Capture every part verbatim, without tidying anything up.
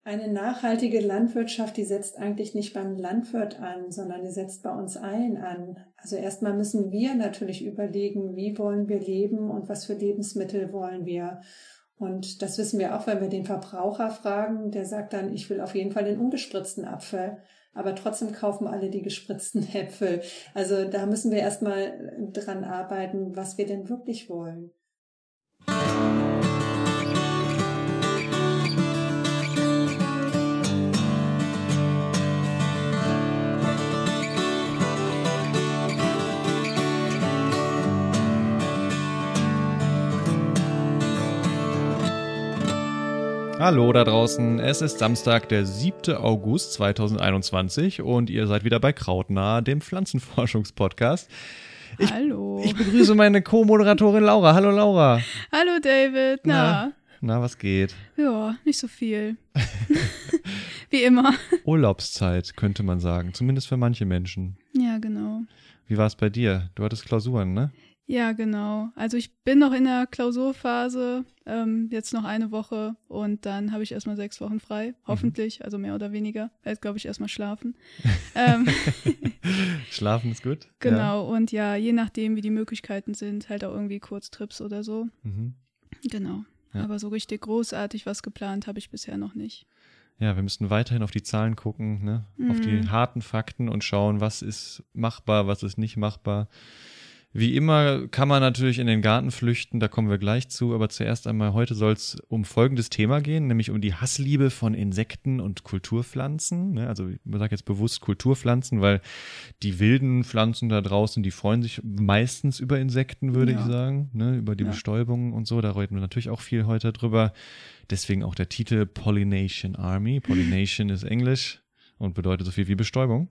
Eine nachhaltige Landwirtschaft, die setzt eigentlich nicht beim Landwirt an, sondern die setzt bei uns allen an. Also erstmal müssen wir natürlich überlegen, wie wollen wir leben und was für Lebensmittel wollen wir. Und das wissen wir auch, wenn wir den Verbraucher fragen, der sagt dann, ich will auf jeden Fall den ungespritzten Apfel. Aber trotzdem kaufen alle die gespritzten Äpfel. Also da müssen wir erstmal dran arbeiten, was wir denn wirklich wollen. Hallo da draußen, es ist Samstag, der siebte August zweitausendeinundzwanzig und ihr seid wieder bei Krautnah, dem Pflanzenforschungspodcast. Ich, Hallo. Ich begrüße meine Co-Moderatorin Laura. Hallo Laura. Hallo David, na? Na, na was geht? Ja, nicht so viel. Wie immer. Urlaubszeit, könnte man sagen, zumindest für manche Menschen. Ja, genau. Wie war es bei dir? Du hattest Klausuren, ne? Ja, genau. Also ich bin noch in der Klausurphase, ähm, jetzt noch eine Woche und dann habe ich erstmal sechs Wochen frei, hoffentlich, mhm. also mehr oder weniger. Jetzt glaube ich erstmal schlafen. ähm, Schlafen ist gut. Genau, ja. Und ja, je nachdem, wie die Möglichkeiten sind, halt auch irgendwie Kurztrips oder so. Mhm. Genau, ja. Aber so richtig großartig was geplant habe ich bisher noch nicht. Ja, wir müssten weiterhin auf die Zahlen gucken, ne? Mhm. Auf die harten Fakten und schauen, was ist machbar, was ist nicht machbar. Wie immer kann man natürlich in den Garten flüchten, da kommen wir gleich zu, aber zuerst einmal, heute soll es um folgendes Thema gehen, nämlich um die Hassliebe von Insekten und Kulturpflanzen. Also ich sage jetzt bewusst Kulturpflanzen, weil die wilden Pflanzen da draußen, die freuen sich meistens über Insekten, würde ja. ich sagen, ne? Über die ja. Bestäubung und so, da reden wir natürlich auch viel heute drüber. Deswegen auch der Titel Pollination Army. Pollination ist Englisch und bedeutet so viel wie Bestäubung.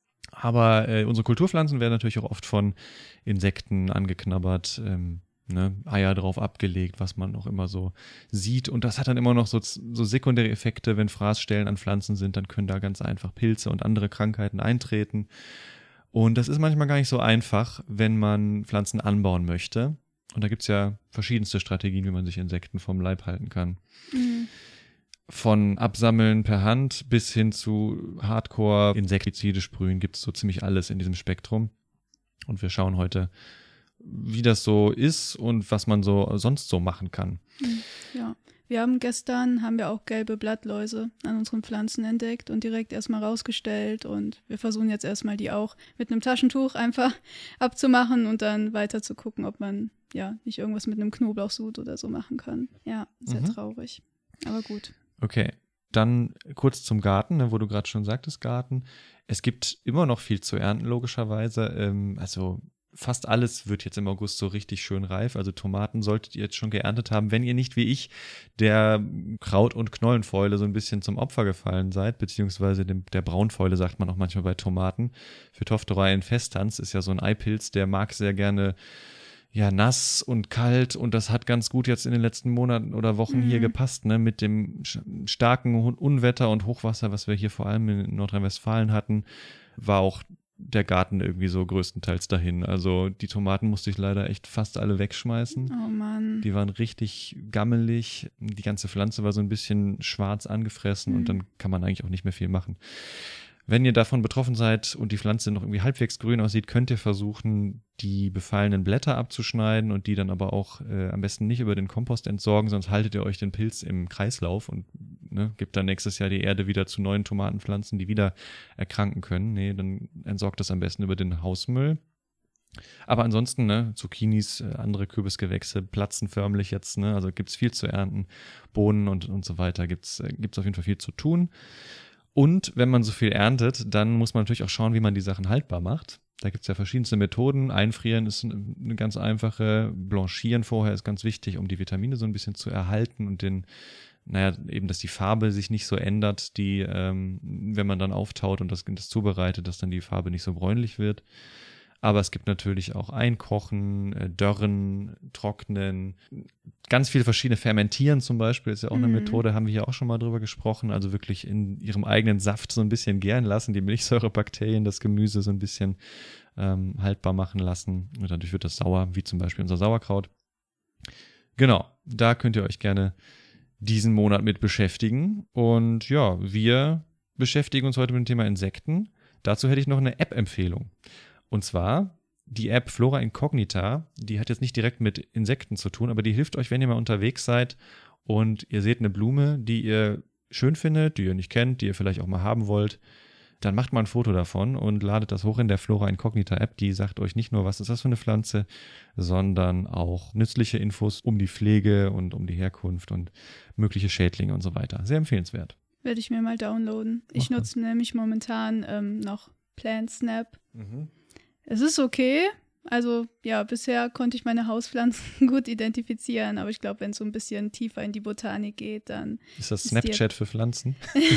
Aber äh, unsere Kulturpflanzen werden natürlich auch oft von Insekten angeknabbert, ähm, ne, Eier drauf abgelegt, was man auch immer so sieht. Und das hat dann immer noch so, so sekundäre Effekte, wenn Fraßstellen an Pflanzen sind, dann können da ganz einfach Pilze und andere Krankheiten eintreten. Und das ist manchmal gar nicht so einfach, wenn man Pflanzen anbauen möchte. Und da gibt es ja verschiedenste Strategien, wie man sich Insekten vom Leib halten kann. Mhm. Von Absammeln per Hand bis hin zu Hardcore-Insektizide sprühen gibt es so ziemlich alles in diesem Spektrum. Und wir schauen heute, wie das so ist und was man so sonst so machen kann. Ja, wir haben gestern, haben wir auch gelbe Blattläuse an unseren Pflanzen entdeckt und direkt erstmal rausgestellt. Und wir versuchen jetzt erstmal die auch mit einem Taschentuch einfach abzumachen und dann weiter zu gucken, ob man ja nicht irgendwas mit einem Knoblauchsud oder so machen kann. Ja, sehr mhm. traurig, aber gut. Okay, dann kurz zum Garten, ne, wo du gerade schon sagtest, Garten. Es gibt immer noch viel zu ernten, logischerweise. Ähm, also fast alles wird jetzt im August so richtig schön reif. Also Tomaten solltet ihr jetzt schon geerntet haben, wenn ihr nicht wie ich der Kraut- und Knollenfäule so ein bisschen zum Opfer gefallen seid, beziehungsweise dem, der Braunfäule sagt man auch manchmal bei Tomaten. Phytophthora infestans ist ja so ein Eipilz, der mag sehr gerne ja, nass und kalt und das hat ganz gut jetzt in den letzten Monaten oder Wochen mhm. hier gepasst, ne, mit dem starken Unwetter und Hochwasser, was wir hier vor allem in Nordrhein-Westfalen hatten, war auch der Garten irgendwie so größtenteils dahin. Also die Tomaten musste ich leider echt fast alle wegschmeißen. Oh Mann. Die waren richtig gammelig, die ganze Pflanze war so ein bisschen schwarz angefressen mhm. und dann kann man eigentlich auch nicht mehr viel machen. Wenn ihr davon betroffen seid und die Pflanze noch irgendwie halbwegs grün aussieht, könnt ihr versuchen, die befallenen Blätter abzuschneiden und die dann aber auch äh, am besten nicht über den Kompost entsorgen, sonst haltet ihr euch den Pilz im Kreislauf und ne, gebt dann nächstes Jahr die Erde wieder zu neuen Tomatenpflanzen, die wieder erkranken können. Nee, dann entsorgt das am besten über den Hausmüll. Aber ansonsten, ne, Zucchinis, äh, andere Kürbisgewächse platzen förmlich jetzt, ne, also gibt's viel zu ernten, Bohnen und, und so weiter, gibt's, äh, gibt's auf jeden Fall viel zu tun. Und wenn man so viel erntet, dann muss man natürlich auch schauen, wie man die Sachen haltbar macht. Da gibt es ja verschiedenste Methoden. Einfrieren ist eine ganz einfache. Blanchieren vorher ist ganz wichtig, um die Vitamine so ein bisschen zu erhalten und den, naja, eben, dass die Farbe sich nicht so ändert, die, ähm, wenn man dann auftaut und das, das zubereitet, dass dann die Farbe nicht so bräunlich wird. Aber es gibt natürlich auch Einkochen, äh, Dörren, Trocknen, ganz viele verschiedene Fermentieren zum Beispiel ist ja auch mhm. eine Methode, haben wir hier auch schon mal drüber gesprochen, also wirklich in ihrem eigenen Saft so ein bisschen gären lassen, die Milchsäurebakterien, das Gemüse so ein bisschen ähm, haltbar machen lassen und dadurch wird das sauer, wie zum Beispiel unser Sauerkraut. Genau, da könnt ihr euch gerne diesen Monat mit beschäftigen. Und ja, wir beschäftigen uns heute mit dem Thema Insekten. Dazu hätte ich noch eine App-Empfehlung. Und zwar die App Flora Incognita. Die hat jetzt nicht direkt mit Insekten zu tun, aber die hilft euch, wenn ihr mal unterwegs seid und ihr seht eine Blume, die ihr schön findet, die ihr nicht kennt, die ihr vielleicht auch mal haben wollt. Dann macht mal ein Foto davon und ladet das hoch in der Flora Incognita App. Die sagt euch nicht nur, was ist das für eine Pflanze, sondern auch nützliche Infos um die Pflege und um die Herkunft und mögliche Schädlinge und so weiter. Sehr empfehlenswert. Werde ich mir mal downloaden. Ich Mach nutze nämlich momentan ähm, noch PlantSnap. Mhm. Es ist okay. Also ja, bisher konnte ich meine Hauspflanzen gut identifizieren, aber ich glaube, wenn es so ein bisschen tiefer in die Botanik geht, dann Ist das ist Snapchat für Pflanzen?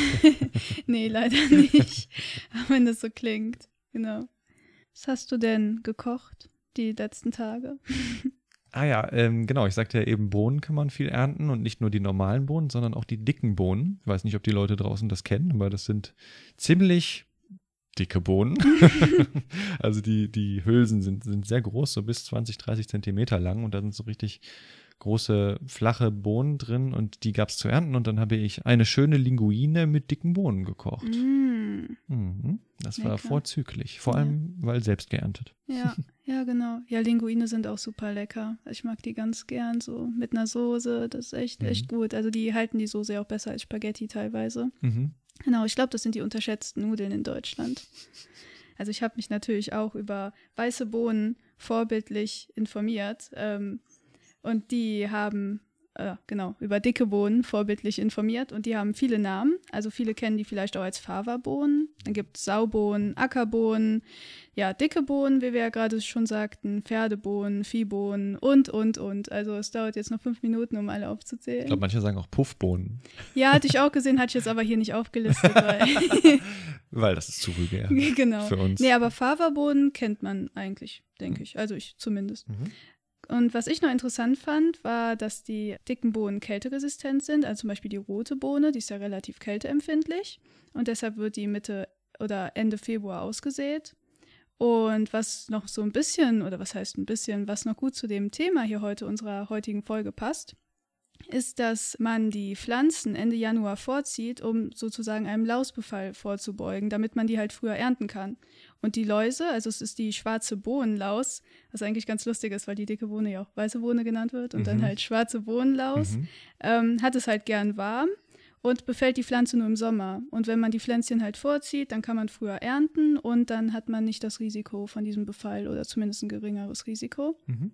Nee, leider nicht. Aber wenn das so klingt, genau. Was hast du denn gekocht die letzten Tage? Ah ja, ähm, genau, ich sagte ja eben, Bohnen kann man viel ernten und nicht nur die normalen Bohnen, sondern auch die dicken Bohnen. Ich weiß nicht, ob die Leute draußen das kennen, aber das sind ziemlich dicke Bohnen. Also die, die Hülsen sind, sind sehr groß, so bis zwanzig, dreißig Zentimeter lang und da sind so richtig große, flache Bohnen drin und die gab es zu ernten und dann habe ich eine schöne Linguine mit dicken Bohnen gekocht. Mm. Mhm. Das war Lecker. vorzüglich, vor Ja. allem, weil selbst geerntet. Ja, ja, genau. Ja, Linguine sind auch super lecker. Ich mag die ganz gern so mit einer Soße. Das ist echt, Mhm. echt gut. Also die halten die Soße ja auch besser als Spaghetti teilweise. Mhm. Genau, ich glaube, das sind die unterschätzten Nudeln in Deutschland. Also ich habe mich natürlich auch über weiße Bohnen vorbildlich informiert. Ähm, und die haben, äh, genau, über dicke Bohnen vorbildlich informiert. Und die haben viele Namen. Also viele kennen die vielleicht auch als Fava-Bohnen. Dann gibt es Saubohnen, Ackerbohnen, ja, dicke Bohnen, wie wir ja gerade schon sagten, Pferdebohnen, Viehbohnen und, und, und. Also es dauert jetzt noch fünf Minuten, um alle aufzuzählen. Ich glaube, manche sagen auch Puffbohnen, Ja, hatte ich auch gesehen, hatte ich jetzt aber hier nicht aufgelistet, weil weil das ist zu vulgär genau. für uns. Nee, aber Fava-Bohnen kennt man eigentlich, denke ich. Also ich zumindest. Mhm. Und was ich noch interessant fand, war, dass die dicken Bohnen kälteresistent sind. Also zum Beispiel die rote Bohne, die ist ja relativ kälteempfindlich. Und deshalb wird die Mitte oder Ende Februar ausgesät. Und was noch so ein bisschen, oder was heißt ein bisschen, was noch gut zu dem Thema hier heute unserer heutigen Folge passt, ist, dass man die Pflanzen Ende Januar vorzieht, um sozusagen einem Lausbefall vorzubeugen, damit man die halt früher ernten kann. Und die Läuse, also es ist die schwarze Bohnenlaus, was eigentlich ganz lustig ist, weil die dicke Bohne ja auch weiße Bohne genannt wird und Mhm. dann halt schwarze Bohnenlaus, Mhm. ähm, hat es halt gern warm und befällt die Pflanze nur im Sommer. Und wenn man die Pflänzchen halt vorzieht, dann kann man früher ernten und dann hat man nicht das Risiko von diesem Befall oder zumindest ein geringeres Risiko. Mhm.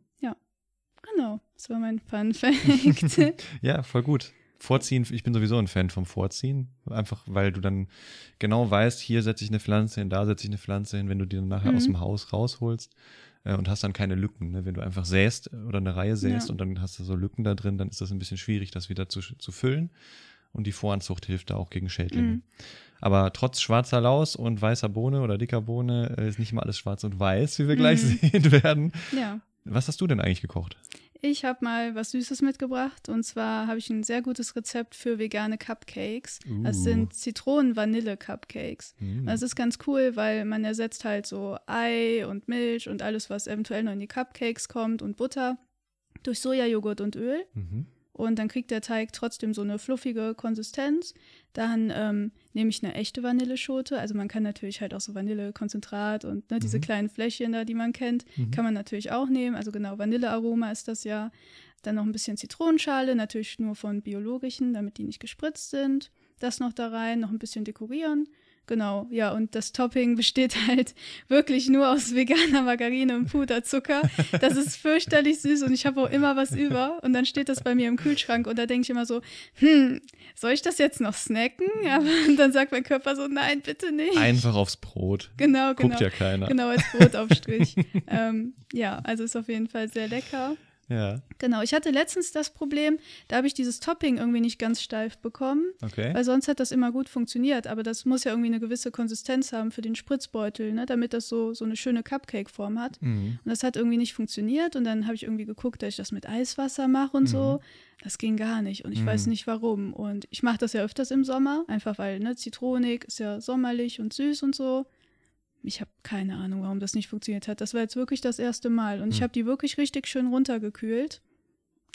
Genau, das war mein Fun Fact. Ja, voll gut. Vorziehen, ich bin sowieso ein Fan vom Vorziehen, einfach weil du dann genau weißt, hier setze ich eine Pflanze hin, da setze ich eine Pflanze hin, wenn du die dann nachher Mhm. aus dem Haus rausholst äh, und hast dann keine Lücken. Ne? Wenn du einfach säst oder eine Reihe säst Ja. und dann hast du so Lücken da drin, dann ist das ein bisschen schwierig, das wieder zu, zu füllen und die Voranzucht hilft da auch gegen Schädlinge. Mhm. Aber trotz schwarzer Laus und weißer Bohne oder dicker Bohne äh, ist nicht immer alles schwarz und weiß, wie wir gleich Mhm. sehen werden. Ja. Was hast du denn eigentlich gekocht? Ich habe mal was Süßes mitgebracht und zwar habe ich ein sehr gutes Rezept für vegane Cupcakes. Das Uh. sind Zitronen-Vanille-Cupcakes. Mm. Das ist ganz cool, weil man ersetzt halt so Ei und Milch und alles, was eventuell noch in die Cupcakes kommt und Butter durch Sojajoghurt und Öl. Mhm. Und dann kriegt der Teig trotzdem so eine fluffige Konsistenz. Dann ähm, nehme ich eine echte Vanilleschote. Also man kann natürlich halt auch so Vanillekonzentrat und ne, diese Mhm. kleinen Fläschchen da, die man kennt, Mhm. kann man natürlich auch nehmen. Also genau, Vanillearoma ist das ja. Dann noch ein bisschen Zitronenschale, natürlich nur von biologischen, damit die nicht gespritzt sind. Das noch da rein, noch ein bisschen dekorieren. Genau, ja, und das Topping besteht halt wirklich nur aus veganer Margarine und Puderzucker. Das ist fürchterlich süß und ich habe auch immer was über. Und dann steht das bei mir im Kühlschrank und da denke ich immer so, hm, soll ich das jetzt noch snacken? Aber dann sagt mein Körper so, nein, bitte nicht. Einfach aufs Brot. Genau, genau. Guckt ja keiner. Genau, als Brotaufstrich. ähm, ja, also ist auf jeden Fall sehr lecker. Ja, Genau, ich hatte letztens das Problem, da habe ich dieses Topping irgendwie nicht ganz steif bekommen, okay. weil sonst hat das immer gut funktioniert, aber das muss ja irgendwie eine gewisse Konsistenz haben für den Spritzbeutel, ne, damit das so, so eine schöne Cupcake-Form hat. Mhm. Und das hat irgendwie nicht funktioniert und dann habe ich irgendwie geguckt, dass ich das mit Eiswasser mache und so. Das ging gar nicht und ich Mhm. weiß nicht warum. Und ich mache das ja öfters im Sommer, einfach weil, ne, Zitronik ist ja sommerlich und süß und so. Ich habe keine Ahnung, warum das nicht funktioniert hat. Das war jetzt wirklich das erste Mal. Und ich Hm. habe die wirklich richtig schön runtergekühlt.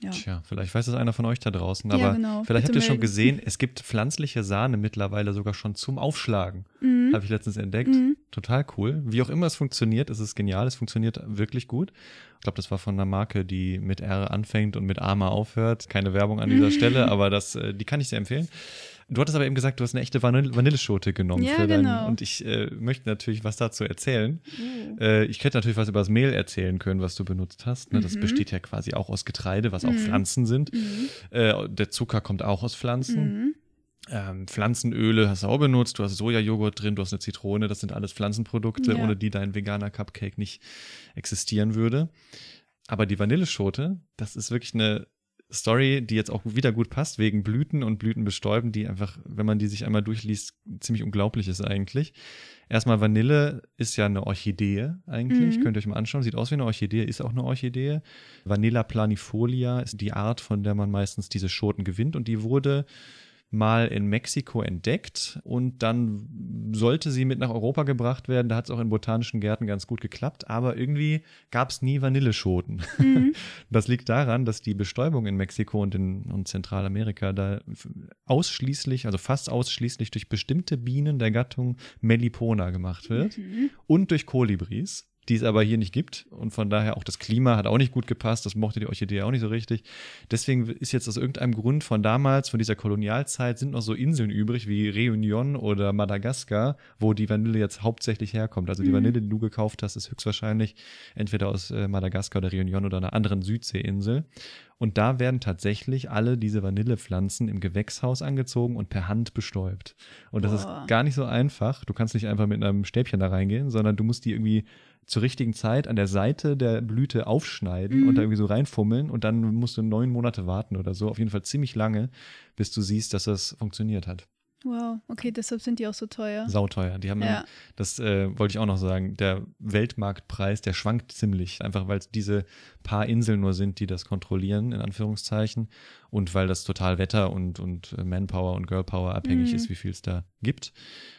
Ja. Tja, vielleicht weiß es einer von euch da draußen, aber ja, genau. vielleicht Bitte habt ihr schon melden. gesehen, es gibt pflanzliche Sahne mittlerweile sogar schon zum Aufschlagen. Mhm. Habe ich letztens entdeckt. Mhm. Total cool. Wie auch immer es funktioniert, es ist genial, es funktioniert wirklich gut. Ich glaube, das war von einer Marke, die mit R anfängt und mit Ama aufhört. Keine Werbung an dieser Stelle, aber das, äh, die kann ich sehr empfehlen. Du hattest aber eben gesagt, du hast eine echte Vanille Vanilleschote genommen Ja, für deinen, genau. und ich äh, möchte natürlich was dazu erzählen. Oh. Äh, ich hätte natürlich was über das Mehl erzählen können, was du benutzt hast. Ne? Das Mhm. besteht ja quasi auch aus Getreide, was auch Mhm. Pflanzen sind. Mhm. Äh, der Zucker kommt auch aus Pflanzen. Mhm. Ähm, Pflanzenöle hast du auch benutzt, du hast Sojajoghurt drin, du hast eine Zitrone, das sind alles Pflanzenprodukte, Ja. ohne die dein veganer Cupcake nicht existieren würde. Aber die Vanilleschote, das ist wirklich eine Story, die jetzt auch wieder gut passt, wegen Blüten und Blütenbestäuben, die einfach, wenn man die sich einmal durchliest, ziemlich unglaublich ist eigentlich. Erstmal, Vanille ist ja eine Orchidee eigentlich, Mhm. könnt ihr euch mal anschauen, sieht aus wie eine Orchidee, ist auch eine Orchidee. Vanilla planifolia ist die Art, von der man meistens diese Schoten gewinnt, und die wurde mal in Mexiko entdeckt und dann sollte sie mit nach Europa gebracht werden. Da hat es auch in botanischen Gärten ganz gut geklappt, aber irgendwie gab es nie Vanilleschoten. Mhm. Das liegt daran, dass die Bestäubung in Mexiko und in und Zentralamerika da ausschließlich, also fast ausschließlich durch bestimmte Bienen der Gattung Melipona gemacht wird Mhm. und durch Kolibris, die es aber hier nicht gibt, und von daher auch das Klima hat auch nicht gut gepasst, das mochte die Orchidee auch nicht so richtig. Deswegen ist jetzt aus irgendeinem Grund von damals, von dieser Kolonialzeit, sind noch so Inseln übrig wie Réunion oder Madagaskar, wo die Vanille jetzt hauptsächlich herkommt. Also die Mhm. Vanille, die du gekauft hast, ist höchstwahrscheinlich entweder aus äh, Madagaskar oder Réunion oder einer anderen Südseeinsel. Und da werden tatsächlich alle diese Vanillepflanzen im Gewächshaus angezogen und per Hand bestäubt. Und das Boah. ist gar nicht so einfach. Du kannst nicht einfach mit einem Stäbchen da reingehen, sondern du musst die irgendwie zur richtigen Zeit an der Seite der Blüte aufschneiden Mhm. und da irgendwie so reinfummeln, und dann musst du neun Monate warten oder so. Auf jeden Fall ziemlich lange, bis du siehst, dass das funktioniert hat. Wow, okay, deshalb sind die auch so teuer. Sauteuer. Die haben, Ja. einen, das äh, wollte ich auch noch sagen, der Weltmarktpreis, der schwankt ziemlich, einfach weil es diese paar Inseln nur sind, die das kontrollieren, in Anführungszeichen, und weil das total Wetter und, und äh, Manpower und Girlpower abhängig Mhm. ist, wie viel es da gibt.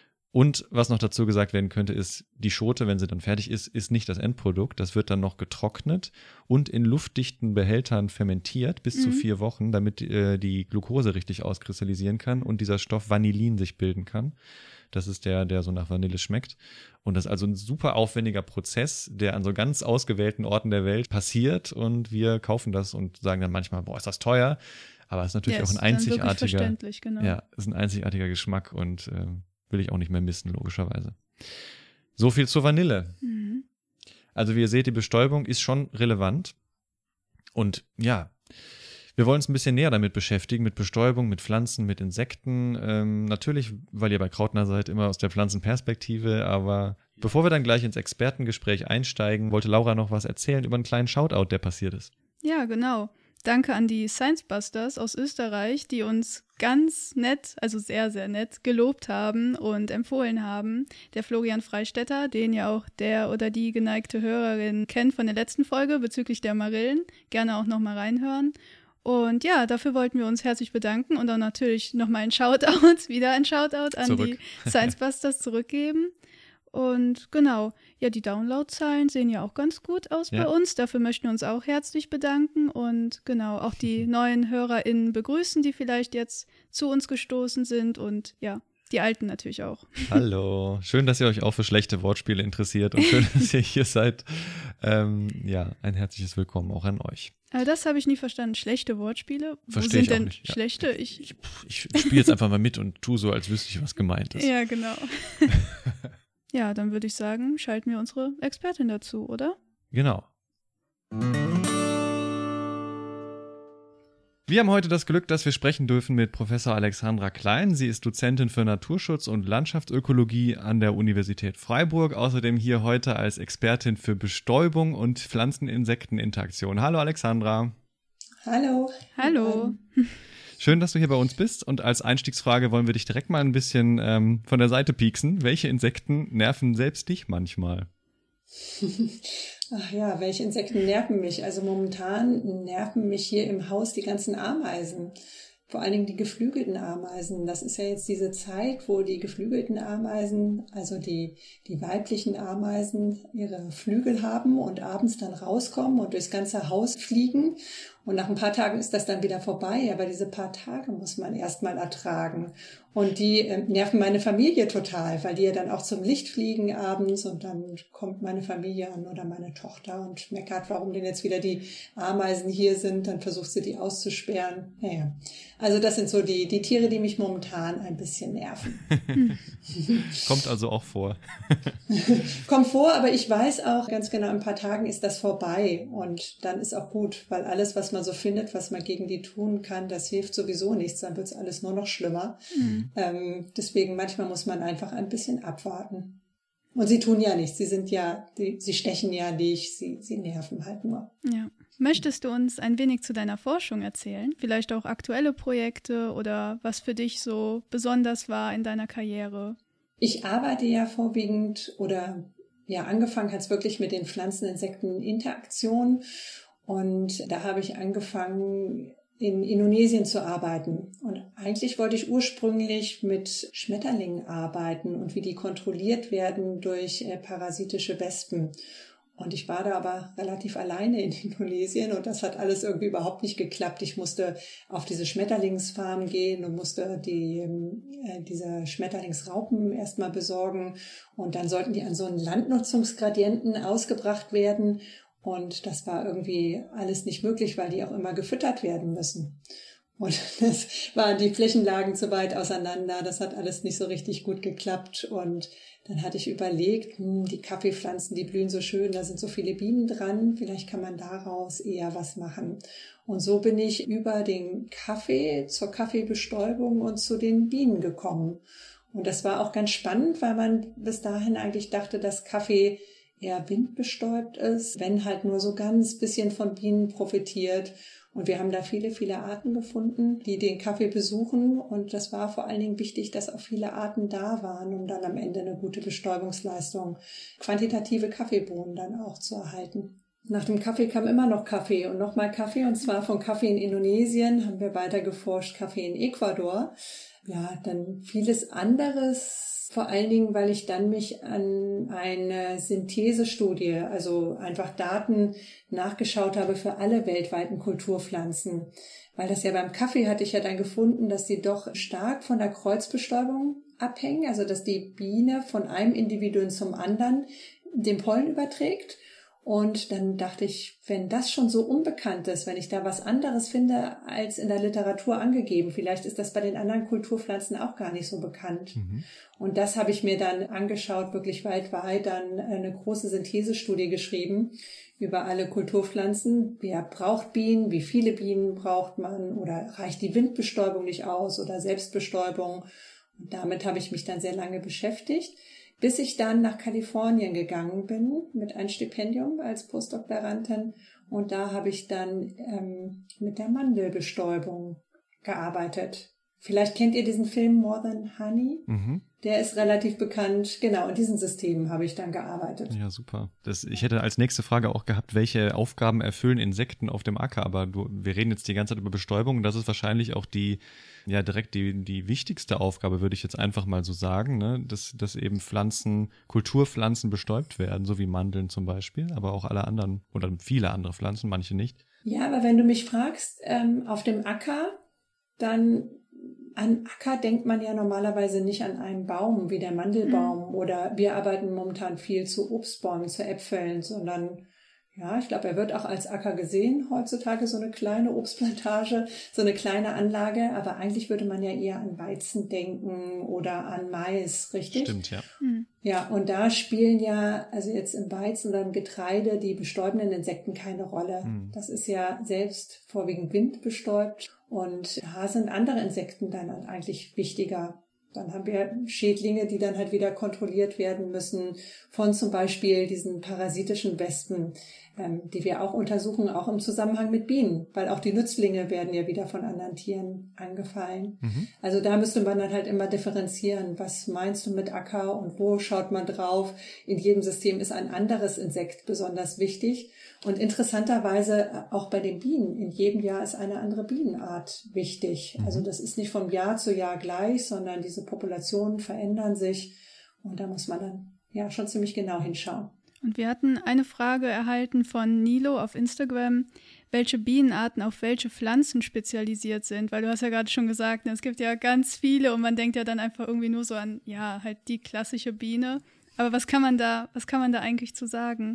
Und was noch dazu gesagt werden könnte, ist, die Schote, wenn sie dann fertig ist, ist nicht das Endprodukt. Das wird dann noch getrocknet und in luftdichten Behältern fermentiert bis zu Mhm. vier Wochen, damit äh, die Glucose richtig auskristallisieren kann und dieser Stoff Vanillin sich bilden kann. Das ist der, der so nach Vanille schmeckt. Und das ist also ein super aufwendiger Prozess, der an so ganz ausgewählten Orten der Welt passiert, und wir kaufen das und sagen dann manchmal, boah, ist das teuer. Aber es ist natürlich Ja, auch ein ist dann wirklich einzigartiger, verständlich, genau. ja, ist ein einzigartiger Geschmack, und äh, will ich auch nicht mehr missen, logischerweise. So viel zur Vanille. Mhm. Also wie ihr seht, die Bestäubung ist schon relevant. Und ja, wir wollen uns ein bisschen näher damit beschäftigen, mit Bestäubung, mit Pflanzen, mit Insekten. Ähm, natürlich, weil ihr bei Krautner seid, immer aus der Pflanzenperspektive. Aber bevor wir dann gleich ins Expertengespräch einsteigen, wollte Laura noch was erzählen über einen kleinen Shoutout, der passiert ist. Ja, genau. Danke an die Science Busters aus Österreich, die uns ganz nett, also sehr, sehr nett, gelobt haben und empfohlen haben. Der Florian Freistetter, den ja auch der oder die geneigte Hörerin kennt von der letzten Folge bezüglich der Marillen. Gerne auch nochmal reinhören. Und ja, dafür wollten wir uns herzlich bedanken und auch natürlich nochmal ein Shoutout, wieder ein Shoutout an Zurück. die Science Busters zurückgeben. Und genau, ja, die Downloadzahlen sehen ja auch ganz gut aus Ja. bei uns. Dafür möchten wir uns auch herzlich bedanken und genau auch die neuen HörerInnen begrüßen, die vielleicht jetzt zu uns gestoßen sind, und ja, die Alten natürlich auch. Hallo, schön, dass ihr euch auch für schlechte Wortspiele interessiert, und schön, dass ihr hier seid. Ähm, ja, ein herzliches Willkommen auch an euch. Aber das habe ich nie verstanden. Schlechte Wortspiele? Wo Versteh sind ich auch denn nicht, ja. schlechte? Ich, Ich, ich spiele jetzt einfach mal mit und tue so, als wüsste ich, was gemeint ist. ja, genau. Ja, dann würde ich sagen, schalten wir unsere Expertin dazu, oder? Genau. Wir haben heute das Glück, dass wir sprechen dürfen mit Professor Alexandra Klein. Sie ist Dozentin für Naturschutz und Landschaftsökologie an der Universität Freiburg. Außerdem hier heute als Expertin für Bestäubung und Pflanzen-Insekten-Interaktion. Hallo Alexandra. Hallo. Hallo. Schön, dass du hier bei uns bist. Und als Einstiegsfrage wollen wir dich direkt mal ein bisschen ähm, von der Seite pieksen. Welche Insekten nerven selbst dich manchmal? Ach ja, welche Insekten nerven mich? Also momentan nerven mich hier im Haus die ganzen Ameisen, vor allen Dingen die geflügelten Ameisen. Das ist ja jetzt diese Zeit, wo die geflügelten Ameisen, also die, die weiblichen Ameisen, ihre Flügel haben und abends dann rauskommen und durchs ganze Haus fliegen. Und nach ein paar Tagen ist das dann wieder vorbei. Aber diese paar Tage muss man erst mal ertragen. Und die äh, nerven meine Familie total, weil die ja dann auch zum Licht fliegen abends. Und dann kommt meine Familie an oder meine Tochter und meckert, warum denn jetzt wieder die Ameisen hier sind. Dann versucht sie, die auszusperren. Naja, also das sind so die, die Tiere, die mich momentan ein bisschen nerven. Kommt also auch vor. Kommt vor, aber ich weiß auch ganz genau, in ein paar Tagen ist das vorbei. Und dann ist auch gut, weil alles, was man so findet, was man gegen die tun kann, das hilft sowieso nichts. Dann wird es alles nur noch schlimmer. Mhm. Ähm, deswegen manchmal muss man einfach ein bisschen abwarten. Und sie tun ja nichts. Sie sind ja, die, sie stechen ja nicht. Sie, sie nerven halt nur. Ja. Möchtest du uns ein wenig zu deiner Forschung erzählen? Vielleicht auch aktuelle Projekte oder was für dich so besonders war in deiner Karriere? Ich arbeite ja vorwiegend oder ja, angefangen hat es wirklich mit den Pflanzen-Insekten-Interaktionen. Und da habe ich angefangen, in Indonesien zu arbeiten. Und eigentlich wollte ich ursprünglich mit Schmetterlingen arbeiten und wie die kontrolliert werden durch äh, parasitische Wespen. Und ich war da aber relativ alleine in Indonesien und das hat alles irgendwie überhaupt nicht geklappt. Ich musste auf diese Schmetterlingsfarm gehen und musste die äh, diese Schmetterlingsraupen erstmal besorgen. Und dann sollten die an so einen Landnutzungsgradienten ausgebracht werden. Und das war irgendwie alles nicht möglich, weil die auch immer gefüttert werden müssen. Und das waren die Flächen lagen zu weit auseinander. Das hat alles nicht so richtig gut geklappt. Und dann hatte ich überlegt, hm, die Kaffeepflanzen, die blühen so schön, da sind so viele Bienen dran. Vielleicht kann man daraus eher was machen. Und so bin ich über den Kaffee zur Kaffeebestäubung und zu den Bienen gekommen. Und das war auch ganz spannend, weil man bis dahin eigentlich dachte, dass Kaffee eher windbestäubt ist, wenn halt nur so ganz bisschen von Bienen profitiert. Und wir haben da viele, viele Arten gefunden, die den Kaffee besuchen. Und das war vor allen Dingen wichtig, dass auch viele Arten da waren, um dann am Ende eine gute Bestäubungsleistung, quantitative Kaffeebohnen dann auch zu erhalten. Nach dem Kaffee kam immer noch Kaffee und nochmal Kaffee. Und zwar von Kaffee in Indonesien haben wir weiter geforscht, Kaffee in Ecuador. Ja, dann vieles anderes. Vor allen Dingen, weil ich dann mich an eine Synthesestudie, also einfach Daten nachgeschaut habe für alle weltweiten Kulturpflanzen. Weil das ja beim Kaffee hatte ich ja dann gefunden, dass sie doch stark von der Kreuzbestäubung abhängen, also dass die Biene von einem Individuum zum anderen den Pollen überträgt. Und dann dachte ich, wenn das schon so unbekannt ist, wenn ich da was anderes finde als in der Literatur angegeben, vielleicht ist das bei den anderen Kulturpflanzen auch gar nicht so bekannt. Mhm. Und das habe ich mir dann angeschaut, wirklich weltweit, dann eine große Synthesestudie geschrieben über alle Kulturpflanzen. Wer braucht Bienen? Wie viele Bienen braucht man? Oder reicht die Windbestäubung nicht aus oder Selbstbestäubung? Und damit habe ich mich dann sehr lange beschäftigt. Bis ich dann nach Kalifornien gegangen bin mit einem Stipendium als Postdoktorandin. Und da habe ich dann ähm, mit der Mandelbestäubung gearbeitet. Vielleicht kennt ihr diesen Film More Than Honey. Mhm. Der ist relativ bekannt. Genau, in diesen Systemen habe ich dann gearbeitet. Ja, super. Das, ich hätte als nächste Frage auch gehabt, welche Aufgaben erfüllen Insekten auf dem Acker? Aber du, wir reden jetzt die ganze Zeit über Bestäubung. Das ist wahrscheinlich auch die, ja, direkt die, die wichtigste Aufgabe, würde ich jetzt einfach mal so sagen, ne? Dass, dass eben Pflanzen, Kulturpflanzen bestäubt werden, so wie Mandeln zum Beispiel, aber auch alle anderen oder viele andere Pflanzen, manche nicht. Ja, aber wenn du mich fragst, ähm, auf dem Acker, dann an Acker denkt man ja normalerweise nicht an einen Baum wie der Mandelbaum mhm. oder wir arbeiten momentan viel zu Obstbäumen, zu Äpfeln, sondern ja, ich glaube, er wird auch als Acker gesehen heutzutage, so eine kleine Obstplantage, so eine kleine Anlage, aber eigentlich würde man ja eher an Weizen denken oder an Mais, richtig? Stimmt, ja. Mhm. Ja, und da spielen ja, also jetzt im Weizen oder im Getreide, die bestäubenden Insekten keine Rolle. Mhm. Das ist ja selbst vorwiegend windbestäubt und da sind andere Insekten dann eigentlich wichtiger. Dann haben wir Schädlinge, die dann halt wieder kontrolliert werden müssen von zum Beispiel diesen parasitischen Wespen, ähm, die wir auch untersuchen, auch im Zusammenhang mit Bienen, weil auch die Nützlinge werden ja wieder von anderen Tieren angefallen. Mhm. Also da müsste man dann halt immer differenzieren. Was meinst du mit Acker und wo schaut man drauf? In jedem System ist ein anderes Insekt besonders wichtig. Und interessanterweise auch bei den Bienen. In jedem Jahr ist eine andere Bienenart wichtig. Mhm. Also das ist nicht vom Jahr zu Jahr gleich, sondern diese Populationen verändern sich. Und da muss man dann ja schon ziemlich genau hinschauen. Und wir hatten eine Frage erhalten von Nilo auf Instagram, welche Bienenarten auf welche Pflanzen spezialisiert sind. Weil du hast ja gerade schon gesagt, es gibt ja ganz viele und man denkt ja dann einfach irgendwie nur so an, ja, halt die klassische Biene. Aber was kann man da, was kann man da eigentlich zu sagen?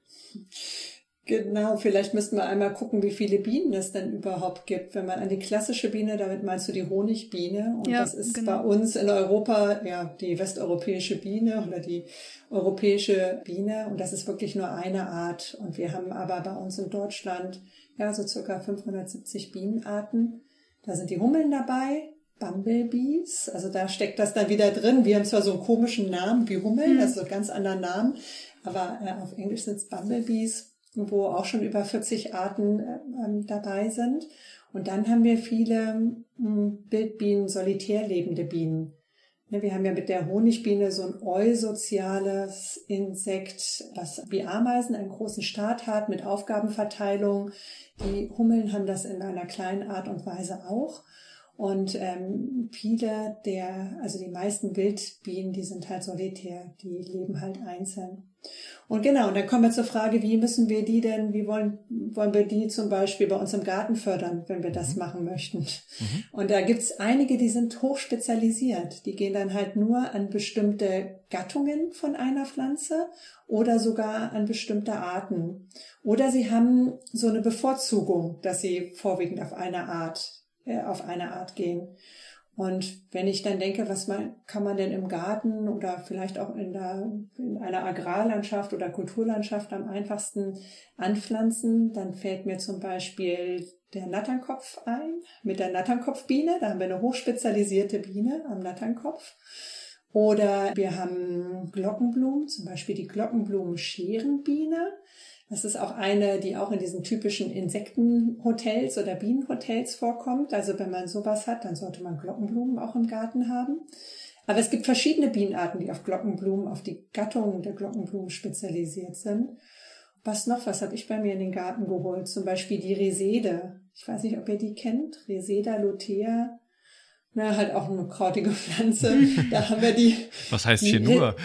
Genau, vielleicht müssten wir einmal gucken, wie viele Bienen es denn überhaupt gibt. Wenn man an die klassische Biene, damit meinst du die Honigbiene. Und ja, das ist genau. Bei uns in Europa ja die westeuropäische Biene oder die europäische Biene. Und das ist wirklich nur eine Art. Und wir haben aber bei uns in Deutschland ja so circa fünfhundertsiebzig Bienenarten. Da sind die Hummeln dabei, Bumblebees. Also da steckt das dann wieder drin. Wir haben zwar so einen komischen Namen wie Hummeln, mhm. also einen ganz anderen Namen. Aber äh, auf Englisch sind es Bumblebees, wo auch schon über vierzig Arten äh, dabei sind. Und dann haben wir viele mh, Wildbienen, solitär lebende Bienen. Ja, wir haben ja mit der Honigbiene so ein eusoziales Insekt, was wie Ameisen einen großen Staat hat mit Aufgabenverteilung. Die Hummeln haben das in einer kleinen Art und Weise auch. Und ähm, viele der, also die meisten Wildbienen, die sind halt solitär, die leben halt einzeln. Und genau, und dann kommen wir zur Frage, wie müssen wir die denn, wie wollen wollen wir die zum Beispiel bei uns im Garten fördern, wenn wir das mhm. machen möchten. Mhm. Und da gibt's einige, die sind hoch spezialisiert. Die gehen dann halt nur an bestimmte Gattungen von einer Pflanze oder sogar an bestimmte Arten. Oder sie haben so eine Bevorzugung, dass sie vorwiegend auf eine Art auf eine Art gehen. Und wenn ich dann denke, was man, kann man denn im Garten oder vielleicht auch in, der, in einer Agrarlandschaft oder Kulturlandschaft am einfachsten anpflanzen, dann fällt mir zum Beispiel der Natternkopf ein, mit der Natternkopfbiene. Da haben wir eine hochspezialisierte Biene am Natternkopf. Oder wir haben Glockenblumen, zum Beispiel die Glockenblumenscherenbiene. Das ist auch eine, die auch in diesen typischen Insektenhotels oder Bienenhotels vorkommt. Also wenn man sowas hat, dann sollte man Glockenblumen auch im Garten haben. Aber es gibt verschiedene Bienenarten, die auf Glockenblumen, auf die Gattung der Glockenblumen spezialisiert sind. Was noch? Was habe ich bei mir in den Garten geholt? Zum Beispiel die Resede. Ich weiß nicht, ob ihr die kennt. Reseda lutea. Na, halt auch eine krautige Pflanze. Da haben wir die. Was heißt die, hier nur?